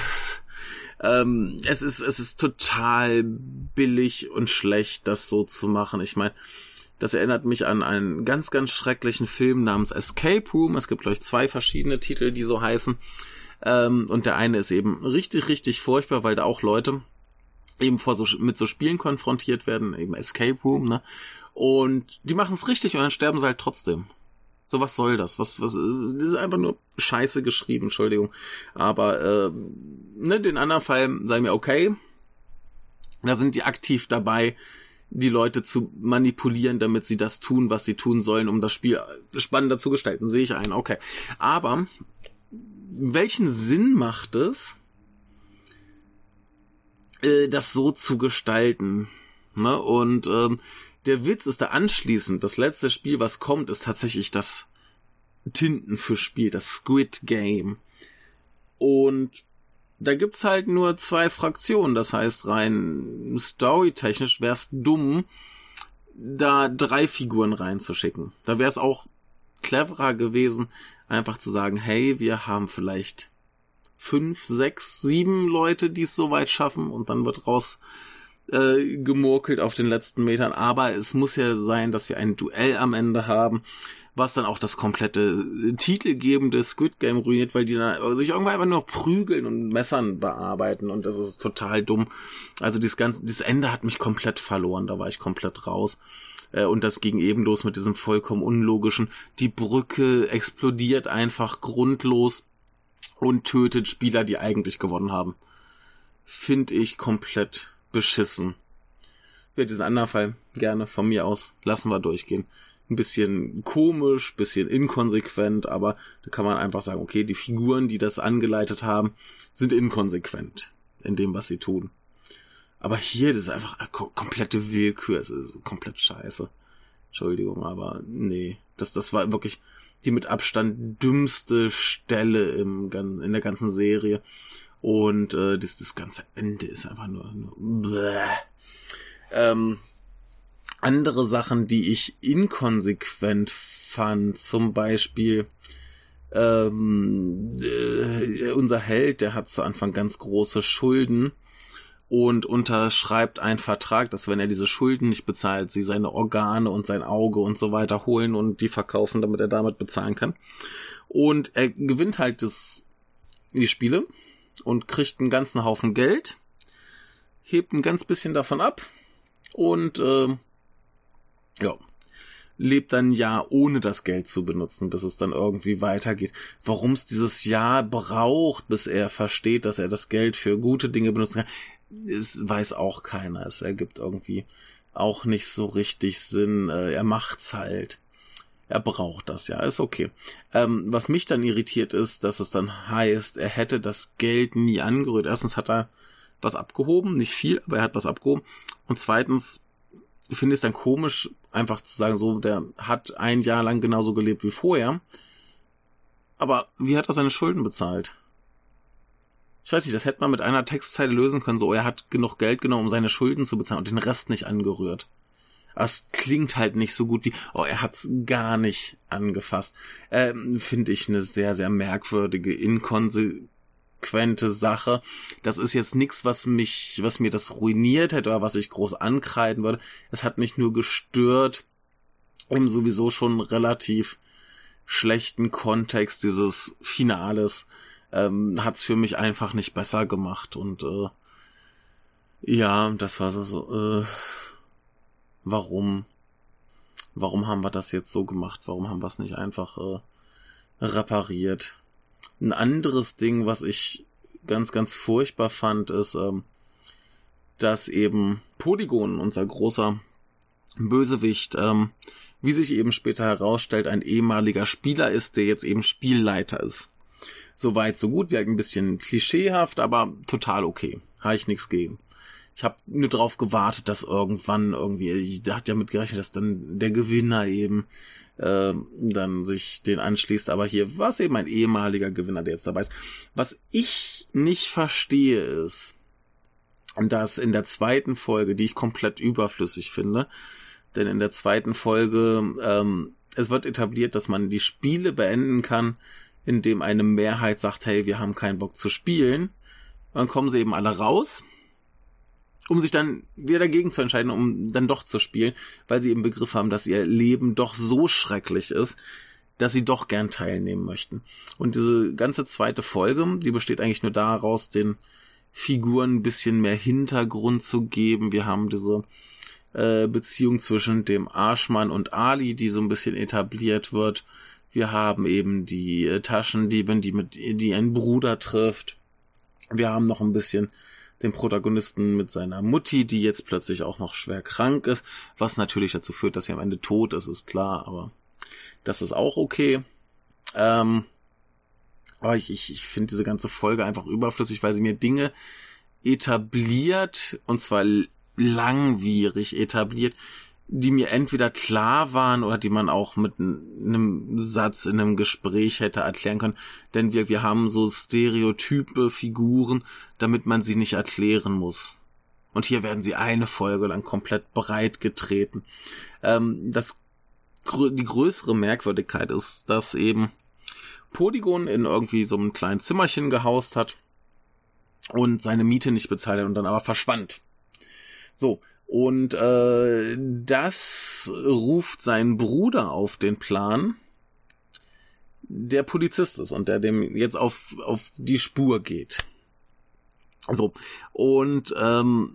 ähm, es ist es ist total billig und schlecht, das so zu machen. Ich meine, das erinnert mich an einen ganz, ganz schrecklichen Film namens Escape Room. Es gibt, glaube ich, zwei verschiedene Titel, die so heißen. Ähm, und der eine ist eben richtig, richtig furchtbar, weil da auch Leute eben vor so, mit so Spielen konfrontiert werden, eben Escape Room, ne? Und die machen es richtig und dann sterben sie halt trotzdem. So, was soll das? Was, was, das ist einfach nur scheiße geschrieben, Entschuldigung. Aber, äh, ne, den anderen Fall sei mir okay. Da sind die aktiv dabei, die Leute zu manipulieren, damit sie das tun, was sie tun sollen, um das Spiel spannender zu gestalten. Sehe ich ein, okay. Aber welchen Sinn macht es, das so zu gestalten, ne? Und ähm, der Witz ist da anschließend, das letzte Spiel, was kommt, ist tatsächlich das Tintenfischspiel, das Squid Game. Und da gibt's halt nur zwei Fraktionen. Das heißt, rein storytechnisch wär's dumm, da drei Figuren reinzuschicken. Da wär's auch cleverer gewesen, einfach zu sagen, hey, wir haben vielleicht fünf, sechs, sieben Leute, die es so weit schaffen und dann wird raus äh, gemurkelt auf den letzten Metern. Aber es muss ja sein, dass wir ein Duell am Ende haben, was dann auch das komplette titelgebende Squid Game ruiniert, weil die dann sich irgendwann einfach nur prügeln und Messern bearbeiten und das ist total dumm. Also dieses ganze, dieses Ende hat mich komplett verloren, da war ich komplett raus. Und das ging eben los mit diesem vollkommen unlogischen, die Brücke explodiert einfach grundlos und tötet Spieler, die eigentlich gewonnen haben. Finde ich komplett beschissen. Für diesen anderen Fall gerne von mir aus, lassen wir durchgehen. Ein bisschen komisch, bisschen inkonsequent, aber da kann man einfach sagen, okay, die Figuren, die das angeleitet haben, sind inkonsequent in dem, was sie tun. Aber hier, das ist einfach eine komplette Willkür, es ist komplett scheiße. Entschuldigung, aber nee, das, das war wirklich die mit Abstand dümmste Stelle im, in der ganzen Serie. Und äh, das, das ganze Ende ist einfach nur, nur bläh. Ähm, andere Sachen, die ich inkonsequent fand, zum Beispiel ähm, äh, unser Held, der hat zu Anfang ganz große Schulden und unterschreibt einen Vertrag, dass wenn er diese Schulden nicht bezahlt, sie seine Organe und sein Auge und so weiter holen und die verkaufen, damit er damit bezahlen kann. Und er gewinnt halt das, die Spiele und kriegt einen ganzen Haufen Geld, hebt ein ganz bisschen davon ab und äh, ja, lebt dann ein Jahr ohne das Geld zu benutzen, bis es dann irgendwie weitergeht. Warum es dieses Jahr braucht, bis er versteht, dass er das Geld für gute Dinge benutzen kann, es weiß auch keiner. Es ergibt irgendwie auch nicht so richtig Sinn. Er macht's halt. Er braucht das, ja, ist okay. Ähm, was mich dann irritiert ist, dass es dann heißt, er hätte das Geld nie angerührt. Erstens hat er was abgehoben, nicht viel, aber er hat was abgehoben. Und zweitens ich finde es dann komisch, einfach zu sagen, so, der hat ein Jahr lang genauso gelebt wie vorher. Aber wie hat er seine Schulden bezahlt? Ich weiß nicht, das hätte man mit einer Textzeile lösen können, so, er hat genug Geld genommen, um seine Schulden zu bezahlen und den Rest nicht angerührt. Aber es klingt halt nicht so gut wie, oh, er hat's gar nicht angefasst. Ähm, finde ich eine sehr, sehr merkwürdige, inkonsequente Sache. Das ist jetzt nichts, was mich, was mir das ruiniert hätte oder was ich groß ankreiden würde. Es hat mich nur gestört, im sowieso schon relativ schlechten Kontext dieses Finales, ähm, hat's für mich einfach nicht besser gemacht und äh, ja, das war so, so äh, warum, warum haben wir das jetzt so gemacht? Warum haben wir es nicht einfach äh, repariert? Ein anderes Ding, was ich ganz, ganz furchtbar fand, ist, ähm, dass eben Polygon, unser großer Bösewicht, ähm, wie sich eben später herausstellt, ein ehemaliger Spieler ist, der jetzt eben Spielleiter ist. Soweit, so gut, wirkt ein bisschen klischeehaft, aber total okay. Habe ich nichts gegen. Ich habe nur drauf gewartet, dass irgendwann irgendwie, ich dachte ja mit gerechnet, dass dann der Gewinner eben äh, dann sich den anschließt, aber hier war es eben ein ehemaliger Gewinner, der jetzt dabei ist. Was ich nicht verstehe ist, dass in der zweiten Folge, die ich komplett überflüssig finde, denn in der zweiten Folge, ähm, es wird etabliert, dass man die Spiele beenden kann, indem eine Mehrheit sagt, hey, wir haben keinen Bock zu spielen. Dann kommen sie eben alle raus, um sich dann wieder dagegen zu entscheiden, um dann doch zu spielen, weil sie eben Begriff haben, dass ihr Leben doch so schrecklich ist, dass sie doch gern teilnehmen möchten. Und diese ganze zweite Folge, die besteht eigentlich nur daraus, den Figuren ein bisschen mehr Hintergrund zu geben. Wir haben diese äh, Beziehung zwischen dem Arschmann und Ali, die so ein bisschen etabliert wird. Wir haben eben die äh, Taschendiebin, die mit die einen Bruder trifft. Wir haben noch ein bisschen den Protagonisten mit seiner Mutti, die jetzt plötzlich auch noch schwer krank ist, was natürlich dazu führt, dass sie am Ende tot ist, ist klar, aber das ist auch okay. Ähm, aber ich, ich, ich finde diese ganze Folge einfach überflüssig, weil sie mir Dinge etabliert, und zwar langwierig etabliert, die mir entweder klar waren oder die man auch mit einem Satz in einem Gespräch hätte erklären können. Denn wir, wir haben so Stereotype Figuren, damit man sie nicht erklären muss. Und hier werden sie eine Folge lang komplett breit getreten. Ähm, das, die größere Merkwürdigkeit ist, dass eben Polygon in irgendwie so einem kleinen Zimmerchen gehaust hat und seine Miete nicht bezahlt hat und dann aber verschwand. So, und äh, das ruft seinen Bruder auf den Plan, der Polizist ist und der dem jetzt auf, auf die Spur geht. So, und ähm,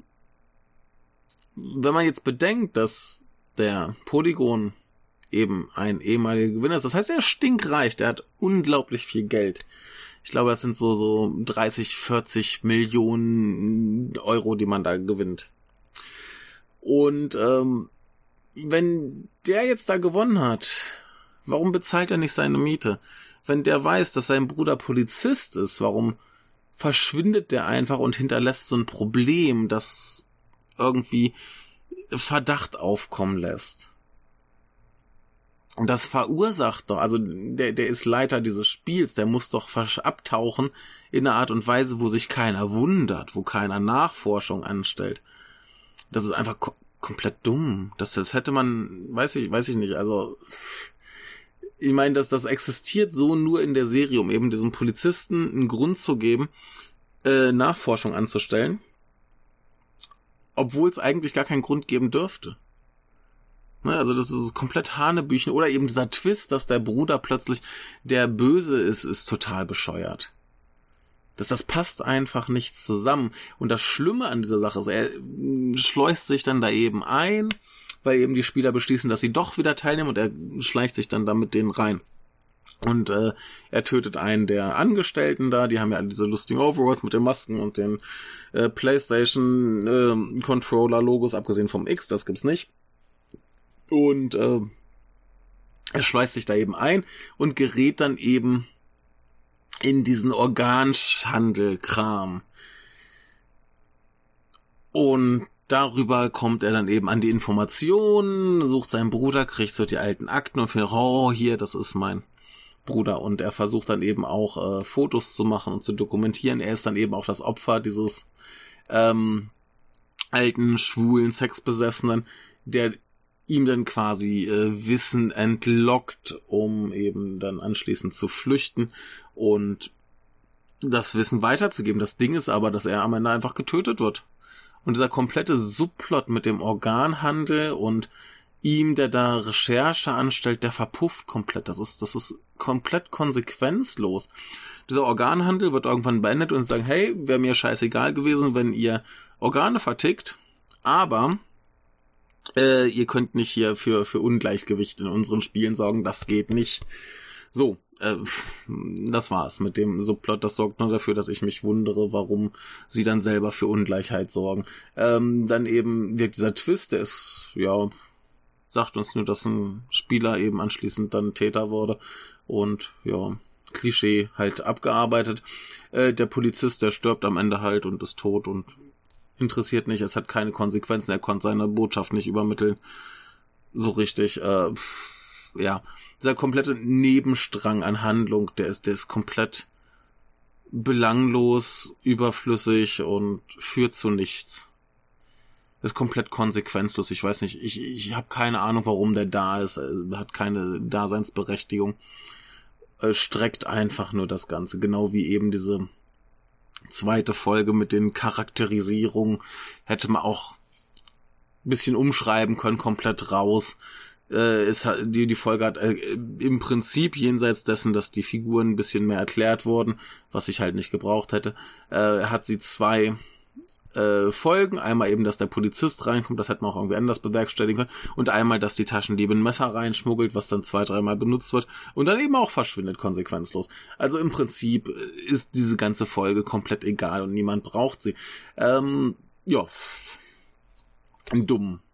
wenn man jetzt bedenkt, dass der Polygon eben ein ehemaliger Gewinner ist, das heißt, er ist stinkreich, der hat unglaublich viel Geld. Ich glaube, das sind so, so dreißig, vierzig Millionen Euro, die man da gewinnt. Und ähm, wenn der jetzt da gewonnen hat, warum bezahlt er nicht seine Miete? Wenn der weiß, dass sein Bruder Polizist ist, warum verschwindet der einfach und hinterlässt so ein Problem, das irgendwie Verdacht aufkommen lässt? Und das verursacht doch, also der, der ist Leiter dieses Spiels, der muss doch abtauchen in einer Art und Weise, wo sich keiner wundert, wo keiner Nachforschung anstellt. Das ist einfach ko- komplett dumm. Das, das hätte man, weiß ich, weiß ich nicht, also ich meine, dass das existiert so nur in der Serie, um eben diesem Polizisten einen Grund zu geben, äh, Nachforschung anzustellen, obwohl es eigentlich gar keinen Grund geben dürfte. Ne, also das ist komplett Hanebüchen. Oder eben dieser Twist, dass der Bruder plötzlich der Böse ist, ist total bescheuert. Das, das passt einfach nicht zusammen. Und das Schlimme an dieser Sache ist, er schleust sich dann da eben ein, weil eben die Spieler beschließen, dass sie doch wieder teilnehmen und er schleicht sich dann da mit denen rein. Und äh, er tötet einen der Angestellten da, die haben ja diese lustigen Overalls mit den Masken und den äh, PlayStation äh, Controller-Logos, abgesehen vom X, das gibt's nicht. Und äh, er schleust sich da eben ein und gerät dann eben in diesen Organhandel-Kram. Und darüber kommt er dann eben an die Informationen, sucht seinen Bruder, kriegt so die alten Akten und findet, oh, hier, das ist mein Bruder. Und er versucht dann eben auch äh, Fotos zu machen und zu dokumentieren. Er ist dann eben auch das Opfer dieses ähm, alten, schwulen, Sexbesessenen, der ihm dann quasi äh, Wissen entlockt, um eben dann anschließend zu flüchten und das Wissen weiterzugeben. Das Ding ist aber, dass er am Ende einfach getötet wird. Und dieser komplette Subplot mit dem Organhandel und ihm, der da Recherche anstellt, der verpufft komplett. Das ist, das ist komplett konsequenzlos. Dieser Organhandel wird irgendwann beendet und sie sagen, hey, wäre mir scheißegal gewesen, wenn ihr Organe vertickt, aber Äh, ihr könnt nicht hier für für Ungleichgewicht in unseren Spielen sorgen, das geht nicht. So, äh, das war's mit dem Subplot. Das sorgt nur dafür, dass ich mich wundere, warum sie dann selber für Ungleichheit sorgen. Ähm, dann eben wird dieser Twist, der ist, ja, sagt uns nur, dass ein Spieler eben anschließend dann Täter wurde und, ja, Klischee halt abgearbeitet. Äh, der Polizist, der stirbt am Ende halt und ist tot und interessiert nicht, es hat keine Konsequenzen, er konnte seine Botschaft nicht übermitteln. So richtig, äh, ja. Dieser komplette Nebenstrang an Handlung, der ist, der ist komplett belanglos, überflüssig und führt zu nichts. Das ist komplett konsequenzlos, ich weiß nicht, ich, ich habe keine Ahnung, warum der da ist, er hat keine Daseinsberechtigung. Er streckt einfach nur das Ganze, genau wie eben diese zweite Folge mit den Charakterisierungen hätte man auch ein bisschen umschreiben können, komplett raus. Äh, es hat, die, die Folge hat äh, im Prinzip jenseits dessen, dass die Figuren ein bisschen mehr erklärt wurden, was ich halt nicht gebraucht hätte, äh, hat sie zwei äh, Folgen. Einmal eben, dass der Polizist reinkommt, das hätte man auch irgendwie anders bewerkstelligen können. Und einmal, dass die Taschendiebe ein Messer reinschmuggelt, was dann zwei, dreimal benutzt wird. Und dann eben auch verschwindet, konsequenzlos. Also im Prinzip ist diese ganze Folge komplett egal und niemand braucht sie. Ähm, ja. Dumm.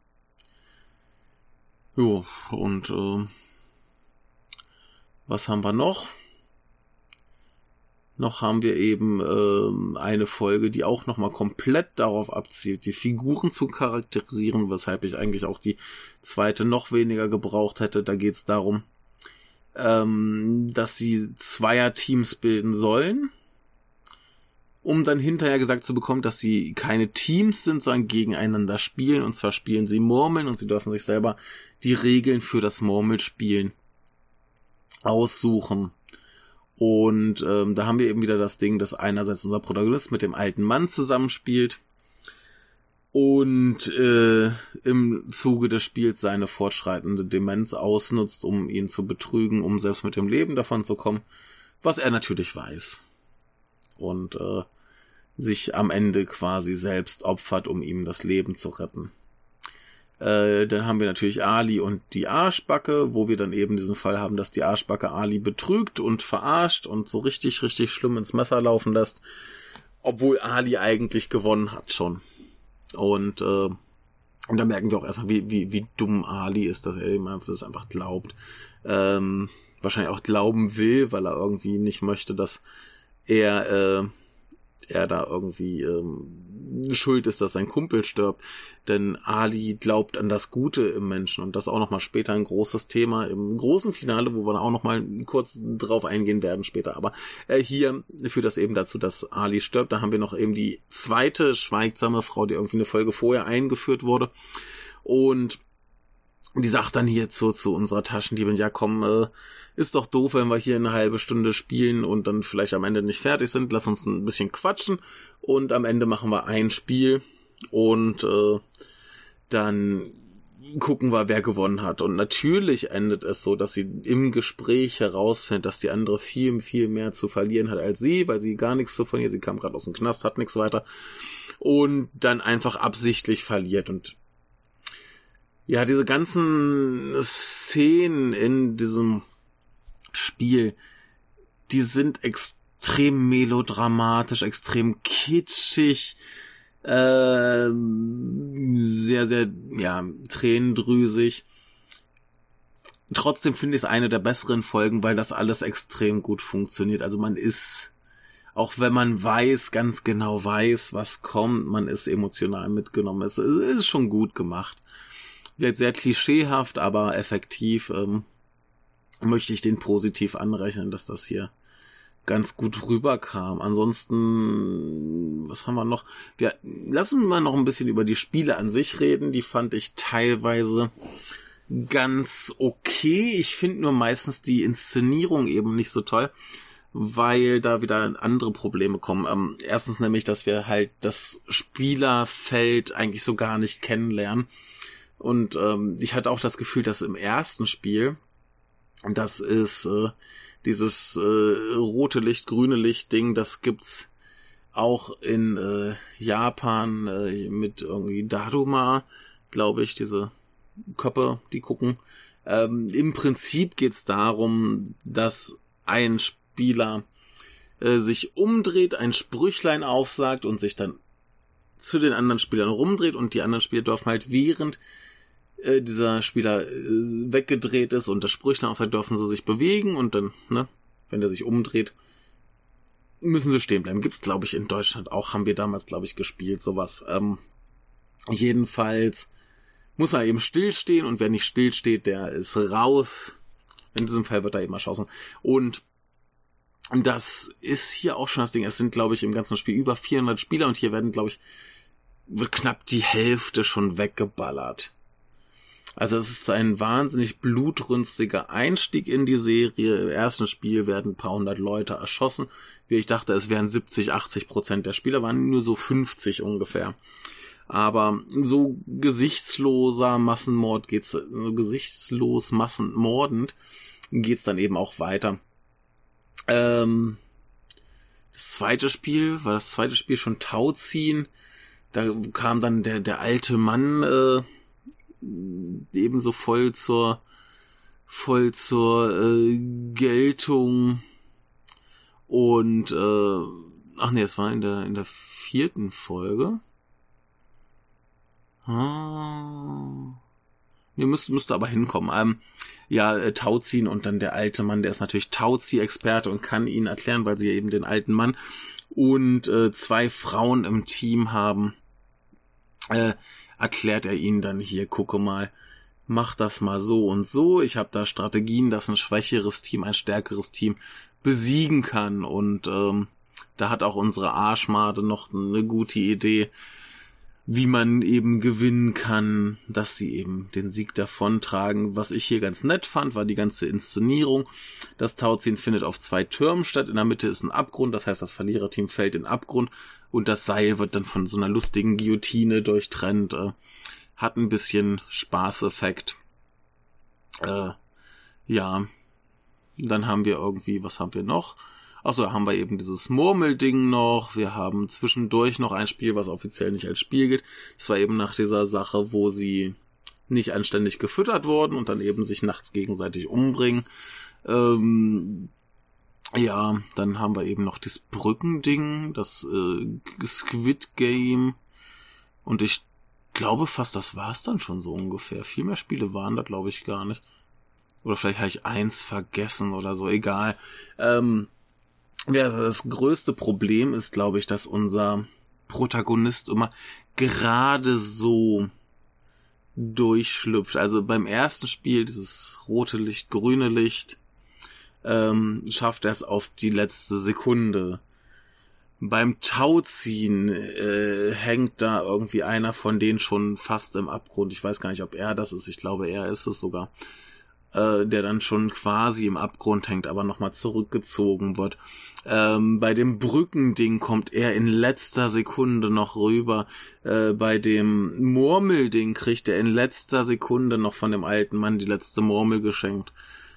Jo, und äh, was haben wir noch? noch haben wir eben ähm, eine Folge, die auch nochmal komplett darauf abzielt, die Figuren zu charakterisieren, weshalb ich eigentlich auch die zweite noch weniger gebraucht hätte. Da geht es darum, ähm, dass sie Zweierteams bilden sollen, um dann hinterher gesagt zu bekommen, dass sie keine Teams sind, sondern gegeneinander spielen. Und zwar spielen sie Murmeln und sie dürfen sich selber die Regeln für das Murmelspielen aussuchen. Und ähm, da haben wir eben wieder das Ding, dass einerseits unser Protagonist mit dem alten Mann zusammenspielt und äh, im Zuge des Spiels seine fortschreitende Demenz ausnutzt, um ihn zu betrügen, um selbst mit dem Leben davon zu kommen, was er natürlich weiß. Und äh, sich am Ende quasi selbst opfert, um ihm das Leben zu retten. Äh, dann haben wir natürlich Ali und die Arschbacke, wo wir dann eben diesen Fall haben, dass die Arschbacke Ali betrügt und verarscht und so richtig, richtig schlimm ins Messer laufen lässt, obwohl Ali eigentlich gewonnen hat schon. Und, äh, und da merken wir auch erstmal, wie, wie, wie dumm Ali ist, dass er ihm das einfach glaubt. Ähm, wahrscheinlich auch glauben will, weil er irgendwie nicht möchte, dass er, äh, er da irgendwie ähm, schuld ist, dass sein Kumpel stirbt. Denn Ali glaubt an das Gute im Menschen und das auch nochmal später ein großes Thema im großen Finale, wo wir da auch nochmal kurz drauf eingehen werden später. Aber äh, hier führt das eben dazu, dass Ali stirbt. Da haben wir noch eben die zweite schweigsame Frau, die irgendwie eine Folge vorher eingeführt wurde. Und die sagt dann hier zu, zu unserer Taschendiebin, ja komm, äh, ist doch doof, wenn wir hier eine halbe Stunde spielen und dann vielleicht am Ende nicht fertig sind. Lass uns ein bisschen quatschen und am Ende machen wir ein Spiel und äh, dann gucken wir, wer gewonnen hat. Und natürlich endet es so, dass sie im Gespräch herausfindet, dass die andere viel, viel mehr zu verlieren hat als sie, weil sie gar nichts zu verlieren. Sie kam gerade aus dem Knast, hat nichts weiter und dann einfach absichtlich verliert. Und ja, diese ganzen Szenen in diesem Spiel, die sind extrem melodramatisch, extrem kitschig, äh, sehr, sehr, ja, tränendrüsig. Trotzdem finde ich es eine der besseren Folgen, weil das alles extrem gut funktioniert. Also man ist, auch wenn man weiß, ganz genau weiß, was kommt, man ist emotional mitgenommen. Es ist schon gut gemacht. Wird sehr klischeehaft, aber effektiv ähm, möchte ich den positiv anrechnen, dass das hier ganz gut rüberkam. Ansonsten, was haben wir noch? Wir lassen mal noch ein bisschen über die Spiele an sich reden. Die fand ich teilweise ganz okay. Ich finde nur meistens die Inszenierung eben nicht so toll, weil da wieder andere Probleme kommen. Ähm, erstens nämlich, dass wir halt das Spielerfeld eigentlich so gar nicht kennenlernen. Und ähm, ich hatte auch das Gefühl, dass im ersten Spiel, das ist äh, dieses äh, rote Licht, grüne Licht-Ding, das gibt's auch in äh, Japan äh, mit irgendwie Daruma, glaube ich, diese Köpfe, die gucken. Ähm, im Prinzip geht's darum, dass ein Spieler äh, sich umdreht, ein Sprüchlein aufsagt und sich dann zu den anderen Spielern rumdreht und die anderen Spieler dürfen halt während äh, dieser Spieler äh, weggedreht ist und das Sprüchlein aufsagt, dürfen sie sich bewegen und dann, ne, wenn der sich umdreht, müssen sie stehen bleiben. Gibt's, glaube ich, in Deutschland auch, haben wir damals, glaube ich, gespielt, sowas. Ähm, jedenfalls muss man eben stillstehen und wer nicht stillsteht, der ist raus. In diesem Fall wird er eben erschossen. Und das ist hier auch schon das Ding. Es sind, glaube ich, im ganzen Spiel über vierhundert Spieler und hier werden, glaube ich, wird knapp die Hälfte schon weggeballert. Also es ist ein wahnsinnig blutrünstiger Einstieg in die Serie. Im ersten Spiel werden ein paar hundert Leute erschossen. Wie ich dachte, es wären siebzig, achtzig Prozent der Spieler, waren nur so fünfzig ungefähr. Aber so gesichtsloser Massenmord geht's, so gesichtslos massenmordend geht's dann eben auch weiter. Ähm, das zweite Spiel, war das zweite Spiel schon Tauziehen. Da kam dann der, der alte Mann äh, ebenso voll zur voll zur äh, Geltung und äh, ach nee, es war in der in der vierten Folge. Ah. ihr müsst, müsst aber hinkommen. Ähm, ja, äh, Tauziehen und dann der alte Mann, der ist natürlich Tauzieh-Experte und kann ihnen erklären, weil sie ja eben den alten Mann und äh, zwei Frauen im Team haben, äh, erklärt er ihnen dann hier, gucke mal, mach das mal so und so, ich habe da Strategien, dass ein schwächeres Team ein stärkeres Team besiegen kann und ähm, da hat auch unsere Arschmade noch eine gute Idee, wie man eben gewinnen kann, dass sie eben den Sieg davontragen. Was ich hier ganz nett fand, war die ganze Inszenierung. Das Tauziehen findet auf zwei Türmen statt. In der Mitte ist ein Abgrund, das heißt, das Verliererteam fällt in den Abgrund und das Seil wird dann von so einer lustigen Guillotine durchtrennt. Äh, hat ein bisschen Spaßeffekt. Äh, ja, dann haben wir irgendwie, was haben wir noch? Achso, da haben wir eben dieses Murmelding noch. Wir haben zwischendurch noch ein Spiel, was offiziell nicht als Spiel gilt. Das war eben nach dieser Sache, wo sie nicht anständig gefüttert wurden und dann eben sich nachts gegenseitig umbringen. Ähm, ja, dann haben wir eben noch das Brückending, das äh, Squid Game. Und ich glaube fast, das war es dann schon so ungefähr. Viel mehr Spiele waren da, glaube ich, gar nicht. Oder vielleicht habe ich eins vergessen oder so, egal. Ähm, Ja, das größte Problem ist, glaube ich, dass unser Protagonist immer gerade so durchschlüpft. Also beim ersten Spiel, dieses rote Licht, grüne Licht, ähm, schafft er es auf die letzte Sekunde. Beim Tauziehen äh, hängt da irgendwie einer von denen schon fast im Abgrund. Ich weiß gar nicht, ob er das ist. Ich glaube, er ist es sogar. Der dann schon quasi im Abgrund hängt, aber nochmal zurückgezogen wird. Ähm, bei dem Brückending kommt er in letzter Sekunde noch rüber. Äh, bei dem Murmelding kriegt er in letzter Sekunde noch von dem alten Mann die letzte Murmel geschenkt.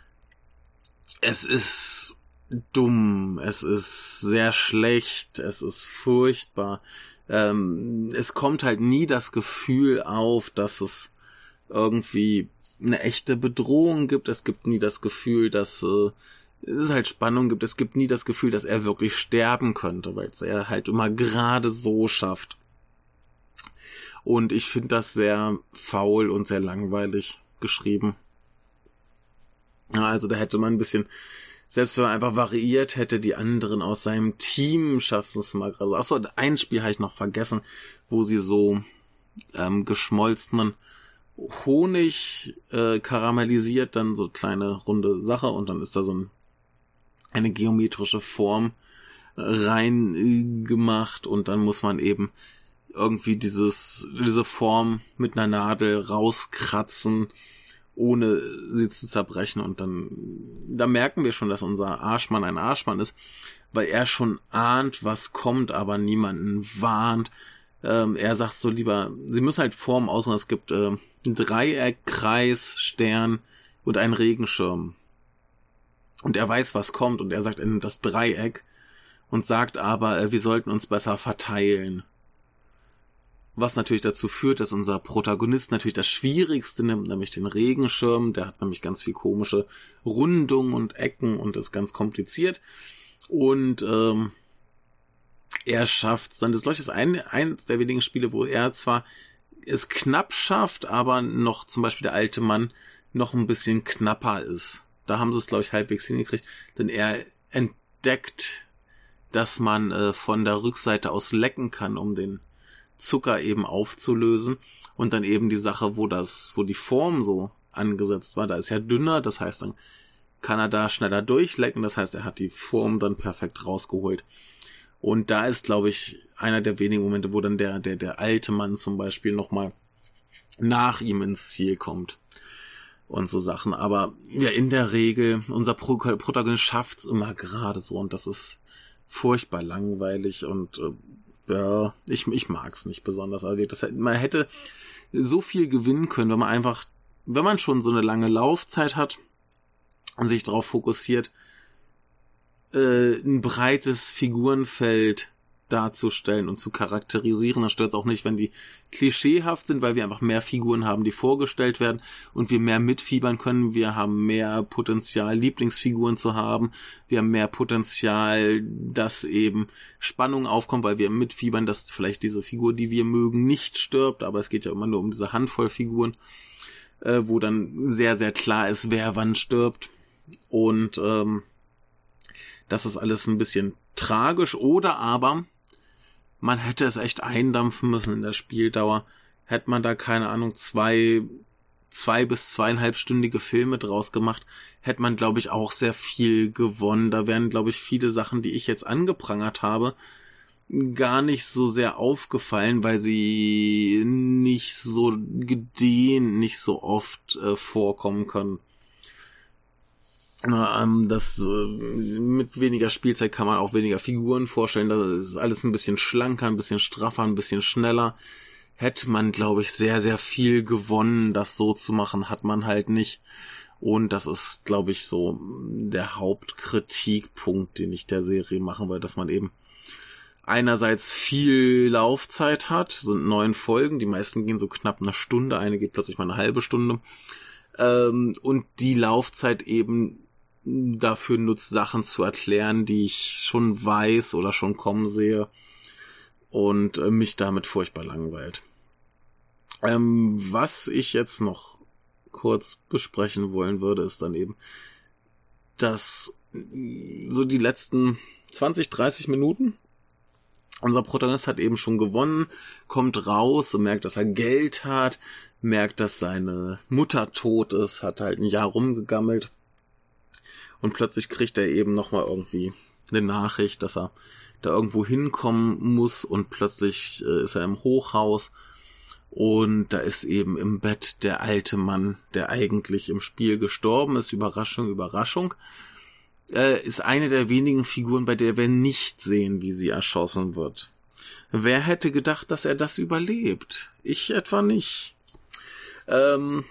Es ist dumm, es ist sehr schlecht, es ist furchtbar. Ähm, es kommt halt nie das Gefühl auf, dass es irgendwie eine echte Bedrohung gibt. Es gibt nie das Gefühl, dass äh, es halt Spannung gibt. Es gibt nie das Gefühl, dass er wirklich sterben könnte, weil es er halt immer gerade so schafft. Und ich finde das sehr faul und sehr langweilig geschrieben. Ja, also da hätte man ein bisschen, selbst wenn man einfach variiert hätte, die anderen aus seinem Team schaffen es mal gerade. Achso, ein Spiel habe ich noch vergessen, wo sie so ähm, geschmolzenen Honig äh, karamellisiert, dann so kleine runde Sache und dann ist da so ein, eine geometrische Form äh, rein äh, gemacht und dann muss man eben irgendwie dieses diese Form mit einer Nadel rauskratzen, ohne sie zu zerbrechen und dann da merken wir schon, dass unser Arschmann ein Arschmann ist, weil er schon ahnt, was kommt, aber niemanden warnt. Ähm, er sagt so lieber, sie müssen halt Formen aussuchen, es gibt äh, ein Dreieck, Kreis, Stern und einen Regenschirm. Und er weiß, was kommt und er sagt, er nimmt das Dreieck und sagt aber, äh, wir sollten uns besser verteilen. Was natürlich dazu führt, dass unser Protagonist natürlich das Schwierigste nimmt, nämlich den Regenschirm. Der hat nämlich ganz viel komische Rundungen und Ecken und ist ganz kompliziert. Und ähm, er schafft's dann. Das ist ein, eines der wenigen Spiele, wo er zwar es knapp schafft, aber noch zum Beispiel der alte Mann noch ein bisschen knapper ist. Da haben sie es, glaube ich, halbwegs hingekriegt. Denn er entdeckt, dass man äh, von der Rückseite aus lecken kann, um den Zucker eben aufzulösen. Und dann eben die Sache, wo das, wo die Form so angesetzt war, da ist ja dünner, das heißt, dann kann er da schneller durchlecken, das heißt, er hat die Form dann perfekt rausgeholt. Und da ist, glaube ich, einer der wenigen Momente, wo dann der, der, der alte Mann zum Beispiel nochmal nach ihm ins Ziel kommt. Und so Sachen. Aber ja, in der Regel, unser Pro- Protagonist schafft's immer gerade so. Und das ist furchtbar langweilig. Und äh, ja, ich, ich mag's nicht besonders. Also das, man hätte so viel gewinnen können, wenn man einfach, wenn man schon so eine lange Laufzeit hat und sich darauf fokussiert, ein breites Figurenfeld darzustellen und zu charakterisieren. Das stört es auch nicht, wenn die klischeehaft sind, weil wir einfach mehr Figuren haben, die vorgestellt werden und wir mehr mitfiebern können. Wir haben mehr Potenzial, Lieblingsfiguren zu haben. Wir haben mehr Potenzial, dass eben Spannung aufkommt, weil wir mitfiebern, dass vielleicht diese Figur, die wir mögen, nicht stirbt. Aber es geht ja immer nur um diese Handvoll Figuren. äh, wo dann sehr, sehr klar ist, wer wann stirbt. Und ähm, das ist alles ein bisschen tragisch. Oder aber man hätte es echt eindampfen müssen in der Spieldauer. Hätte man da, keine Ahnung, zwei, zwei bis zweieinhalbstündige Filme draus gemacht, hätte man, glaube ich, auch sehr viel gewonnen. Da wären, glaube ich, viele Sachen, die ich jetzt angeprangert habe, gar nicht so sehr aufgefallen, weil sie nicht so gedehnt, nicht so oft äh, vorkommen können. Ähm, das äh, mit weniger Spielzeit kann man auch weniger Figuren vorstellen. Das ist alles ein bisschen schlanker, ein bisschen straffer, ein bisschen schneller. Hätte man, glaube ich, sehr, sehr viel gewonnen, das so zu machen, hat man halt nicht. Und das ist, glaube ich, so der Hauptkritikpunkt, den ich der Serie mache, weil dass man eben einerseits viel Laufzeit hat, sind neun Folgen, die meisten gehen so knapp eine Stunde, eine geht plötzlich mal eine halbe Stunde, ähm, und die Laufzeit eben dafür nutzt, Sachen zu erklären, die ich schon weiß oder schon kommen sehe und äh, mich damit furchtbar langweilt. Ähm, was ich jetzt noch kurz besprechen wollen würde, ist dann eben, dass so die letzten zwanzig, dreißig Minuten, unser Protagonist hat eben schon gewonnen, kommt raus und merkt, dass er Geld hat, merkt, dass seine Mutter tot ist, hat halt ein Jahr rumgegammelt und plötzlich kriegt er eben nochmal irgendwie eine Nachricht, dass er da irgendwo hinkommen muss und plötzlich äh, ist er im Hochhaus und da ist eben im Bett der alte Mann, der eigentlich im Spiel gestorben ist. Überraschung, Überraschung. Äh, ist eine der wenigen Figuren, bei der wir nicht sehen, wie sie erschossen wird. Wer hätte gedacht, dass er das überlebt? Ich etwa nicht. Ähm,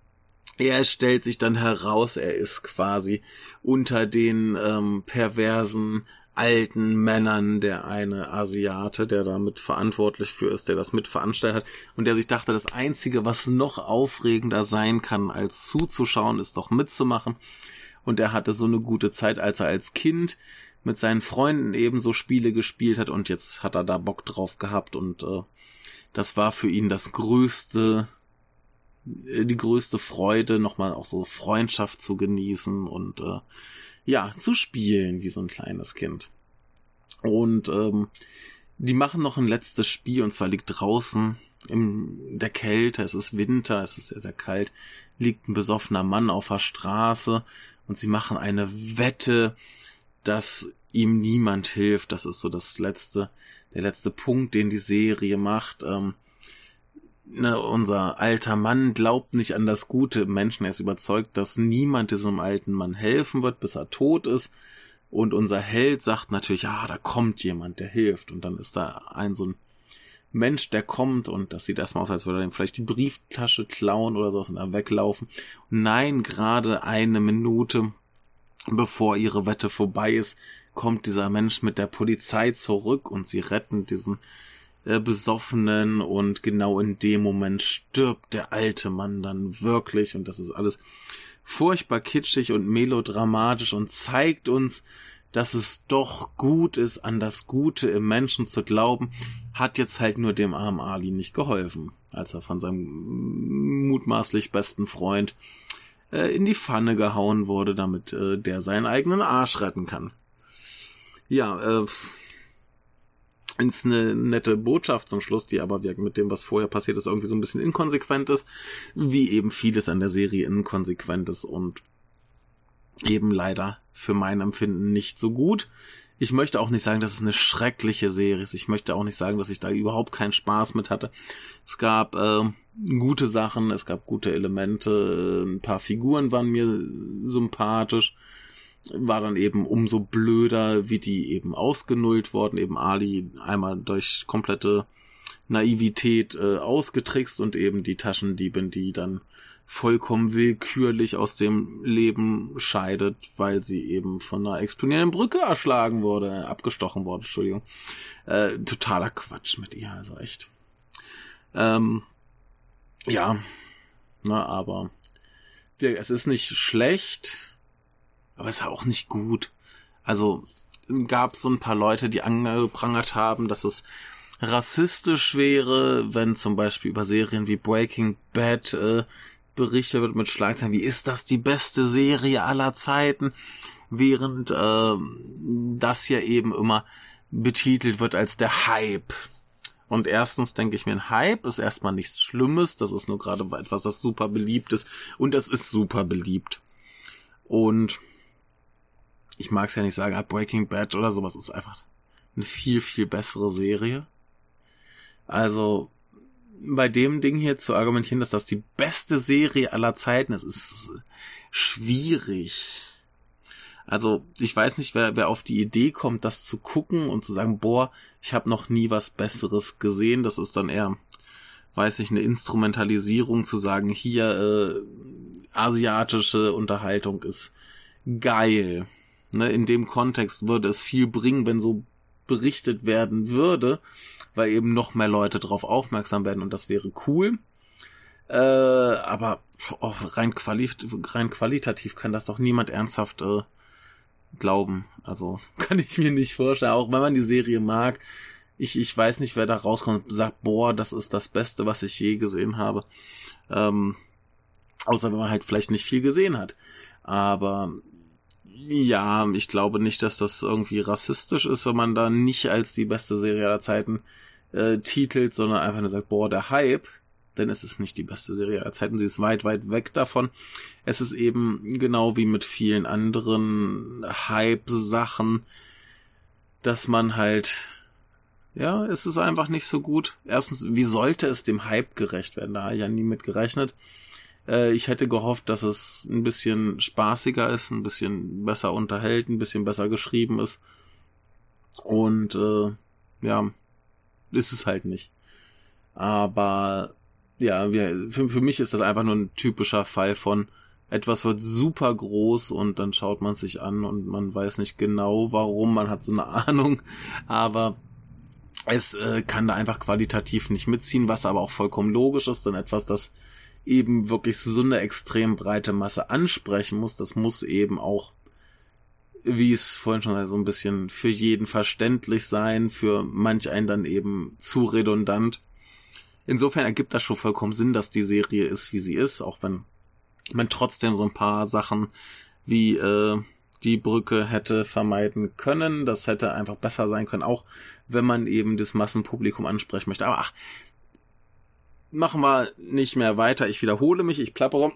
er stellt sich dann heraus, er ist quasi unter den ähm, perversen alten Männern der eine Asiate, der damit verantwortlich für ist, der das mitveranstaltet hat und der sich dachte, das Einzige, was noch aufregender sein kann, als zuzuschauen, ist doch mitzumachen. Und er hatte so eine gute Zeit, als er als Kind mit seinen Freunden ebenso Spiele gespielt hat und jetzt hat er da Bock drauf gehabt und äh, das war für ihn das größte, äh, die größte Freude, nochmal auch so Freundschaft zu genießen und äh, ja, zu spielen wie so ein kleines Kind. Und ähm, die machen noch ein letztes Spiel und zwar liegt draußen in der Kälte, es ist Winter, es ist sehr, sehr kalt, liegt ein besoffener Mann auf der Straße und sie machen eine Wette, dass ihm niemand hilft. Das ist so das letzte, der letzte Punkt, den die Serie macht. Ähm, ne, unser alter Mann glaubt nicht an das Gute im Menschen. Er ist überzeugt, dass niemand diesem alten Mann helfen wird, bis er tot ist. Und unser Held sagt natürlich, ah, da kommt jemand, der hilft. Und dann ist da ein so ein Mensch, der kommt und das sieht erstmal aus, als würde er ihm vielleicht die Brieftasche klauen oder sowas und dann weglaufen. Nein, gerade eine Minute bevor ihre Wette vorbei ist, kommt dieser Mensch mit der Polizei zurück und sie retten diesen äh, Besoffenen und genau in dem Moment stirbt der alte Mann dann wirklich und das ist alles furchtbar kitschig und melodramatisch und zeigt uns, dass es doch gut ist, an das Gute im Menschen zu glauben, hat jetzt halt nur dem armen Ali nicht geholfen, als er von seinem mutmaßlich besten Freund äh, in die Pfanne gehauen wurde, damit äh, der seinen eigenen Arsch retten kann. Ja, äh, ist eine nette Botschaft zum Schluss, die aber mit dem, was vorher passiert ist, irgendwie so ein bisschen inkonsequent ist, wie eben vieles an der Serie inkonsequent ist und eben leider für mein Empfinden nicht so gut. Ich möchte auch nicht sagen, dass es eine schreckliche Serie ist. Ich möchte auch nicht sagen, dass ich da überhaupt keinen Spaß mit hatte. Es gab äh, gute Sachen, es gab gute Elemente, ein paar Figuren waren mir sympathisch. War dann eben umso blöder, wie die eben ausgenullt worden. Eben Ali einmal durch komplette Naivität äh, ausgetrickst und eben die Taschendiebin, die dann vollkommen willkürlich aus dem Leben scheidet, weil sie eben von einer explodierenden Brücke erschlagen wurde, abgestochen wurde, Entschuldigung. Äh, totaler Quatsch mit ihr, also echt. Ähm, ja, na, aber es ist nicht schlecht, aber es ist auch nicht gut. Also gab es so ein paar Leute, die angeprangert haben, dass es rassistisch wäre, wenn zum Beispiel über Serien wie Breaking Bad äh, berichtet wird mit Schlagzeilen, wie ist das die beste Serie aller Zeiten, während äh, das hier eben immer betitelt wird als der Hype. Und erstens denke ich mir, ein Hype ist erstmal nichts Schlimmes, das ist nur gerade etwas, das super beliebt ist, und es ist super beliebt. Und ich mag es ja nicht sagen, Breaking Bad oder sowas ist einfach eine viel, viel bessere Serie. Also bei dem Ding hier zu argumentieren, dass das die beste Serie aller Zeiten ist, ist schwierig. Also ich weiß nicht, wer, wer auf die Idee kommt, das zu gucken und zu sagen, boah, ich habe noch nie was Besseres gesehen. Das ist dann eher, weiß ich, eine Instrumentalisierung zu sagen, hier äh, asiatische Unterhaltung ist geil. Ne, in dem Kontext würde es viel bringen, wenn so berichtet werden würde, weil eben noch mehr Leute drauf aufmerksam werden und das wäre cool. Äh, aber oh, rein, quali- rein qualitativ kann das doch niemand ernsthaft äh, glauben. Also kann ich mir nicht vorstellen, auch wenn man die Serie mag. Ich, ich weiß nicht, wer da rauskommt und sagt, boah, das ist das Beste, was ich je gesehen habe. Ähm, außer wenn man halt vielleicht nicht viel gesehen hat. Aber ja, ich glaube nicht, dass das irgendwie rassistisch ist, wenn man da nicht als die beste Serie aller Zeiten äh, titelt, sondern einfach nur sagt, boah, der Hype, denn es ist nicht die beste Serie aller Zeiten, sie ist weit, weit weg davon. Es ist eben genau wie mit vielen anderen Hype-Sachen, dass man halt, ja, es ist einfach nicht so gut. Erstens, wie sollte es dem Hype gerecht werden? Da habe ich ja nie mit gerechnet. Ich hätte gehofft, dass es ein bisschen spaßiger ist, ein bisschen besser unterhält, ein bisschen besser geschrieben ist. Und äh, ja, ist es halt nicht. Aber ja, wir, für, für mich ist das einfach nur ein typischer Fall von etwas wird super groß und dann schaut man es sich an und man weiß nicht genau warum, man hat so eine Ahnung, aber es äh, kann da einfach qualitativ nicht mitziehen, was aber auch vollkommen logisch ist, denn etwas, das eben wirklich so eine extrem breite Masse ansprechen muss, das muss eben auch, wie es vorhin schon so ein bisschen für jeden verständlich sein, für manch einen dann eben zu redundant. Insofern ergibt das schon vollkommen Sinn, dass die Serie ist, wie sie ist, auch wenn man trotzdem so ein paar Sachen wie äh, die Brücke hätte vermeiden können, das hätte einfach besser sein können, auch wenn man eben das Massenpublikum ansprechen möchte. Aber ach, machen wir nicht mehr weiter. Ich wiederhole mich, ich plappere.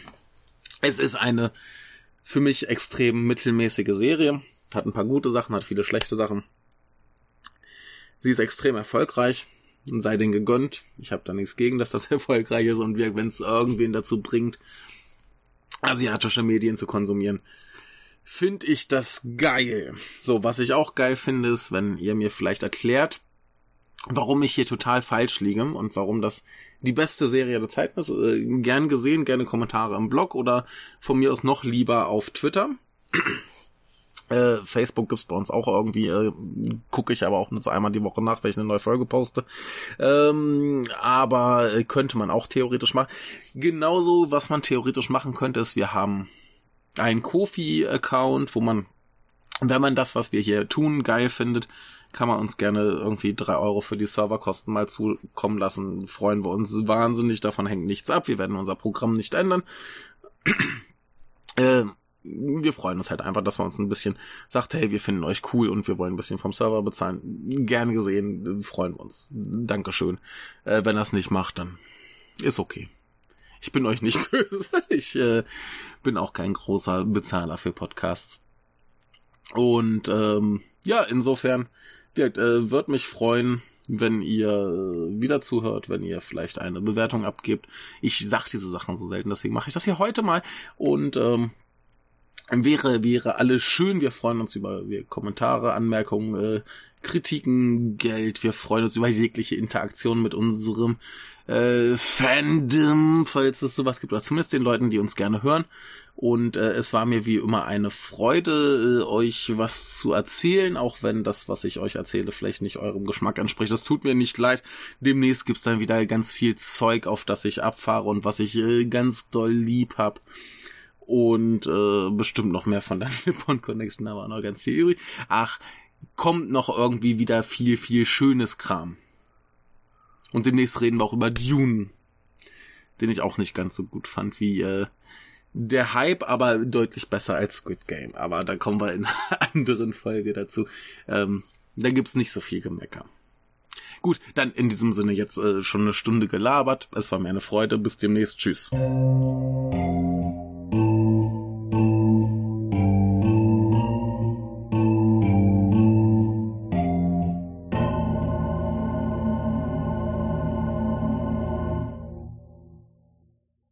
Es ist eine für mich extrem mittelmäßige Serie. Hat ein paar gute Sachen, hat viele schlechte Sachen. Sie ist extrem erfolgreich. Sei denen gegönnt. Ich habe da nichts gegen, dass das erfolgreich ist und wenn es irgendwen dazu bringt, asiatische Medien zu konsumieren, finde ich das geil. So, was ich auch geil finde, ist, wenn ihr mir vielleicht erklärt, warum ich hier total falsch liege und warum das die beste Serie der Zeiten ist. Äh, gern gesehen, gerne Kommentare im Blog oder von mir aus noch lieber auf Twitter. Äh, Facebook gibt's bei uns auch irgendwie, äh, gucke ich aber auch nur so einmal die Woche nach, wenn ich eine neue Folge poste. Ähm, aber äh, könnte man auch theoretisch machen. Genauso, was man theoretisch machen könnte, ist, wir haben einen Ko-fi-Account, wo man, wenn man das, was wir hier tun, geil findet, kann man uns gerne irgendwie drei Euro für die Serverkosten mal zukommen lassen. Freuen wir uns wahnsinnig, davon hängt nichts ab. Wir werden unser Programm nicht ändern. äh, wir freuen uns halt einfach, dass man uns ein bisschen sagt, hey, wir finden euch cool und wir wollen ein bisschen vom Server bezahlen. Gerne gesehen, freuen wir uns. Dankeschön. Äh, wenn er es nicht macht, dann ist okay. Ich bin euch nicht böse. Ich äh, bin auch kein großer Bezahler für Podcasts. Und ähm, ja, insofern äh, würde mich freuen, wenn ihr äh, wieder zuhört, wenn ihr vielleicht eine Bewertung abgebt. Ich sag diese Sachen so selten, deswegen mache ich das hier heute mal. Und ähm, wäre wäre alles schön. Wir freuen uns über wir Kommentare, Anmerkungen, äh, Kritiken, Geld. Wir freuen uns über jegliche Interaktion mit unserem äh, Fandom, falls es sowas gibt, oder zumindest den Leuten, die uns gerne hören. Und äh, es war mir wie immer eine Freude, äh, euch was zu erzählen, auch wenn das, was ich euch erzähle, vielleicht nicht eurem Geschmack entspricht. Das tut mir nicht leid. Demnächst gibt's dann wieder ganz viel Zeug, auf das ich abfahre und was ich äh, ganz doll lieb hab. Und äh, bestimmt noch mehr von der Nippon Connection, aber noch ganz viel übrig. Ach, kommt noch irgendwie wieder viel, viel schönes Kram. Und demnächst reden wir auch über Dune. den ich auch nicht ganz so gut fand wie äh, der Hype, aber deutlich besser als Squid Game. Aber da kommen wir in einer anderen Folge dazu. Ähm, da gibt's nicht so viel Gemecker. Gut, dann in diesem Sinne jetzt äh, schon eine Stunde gelabert. Es war mir eine Freude. Bis demnächst. Tschüss.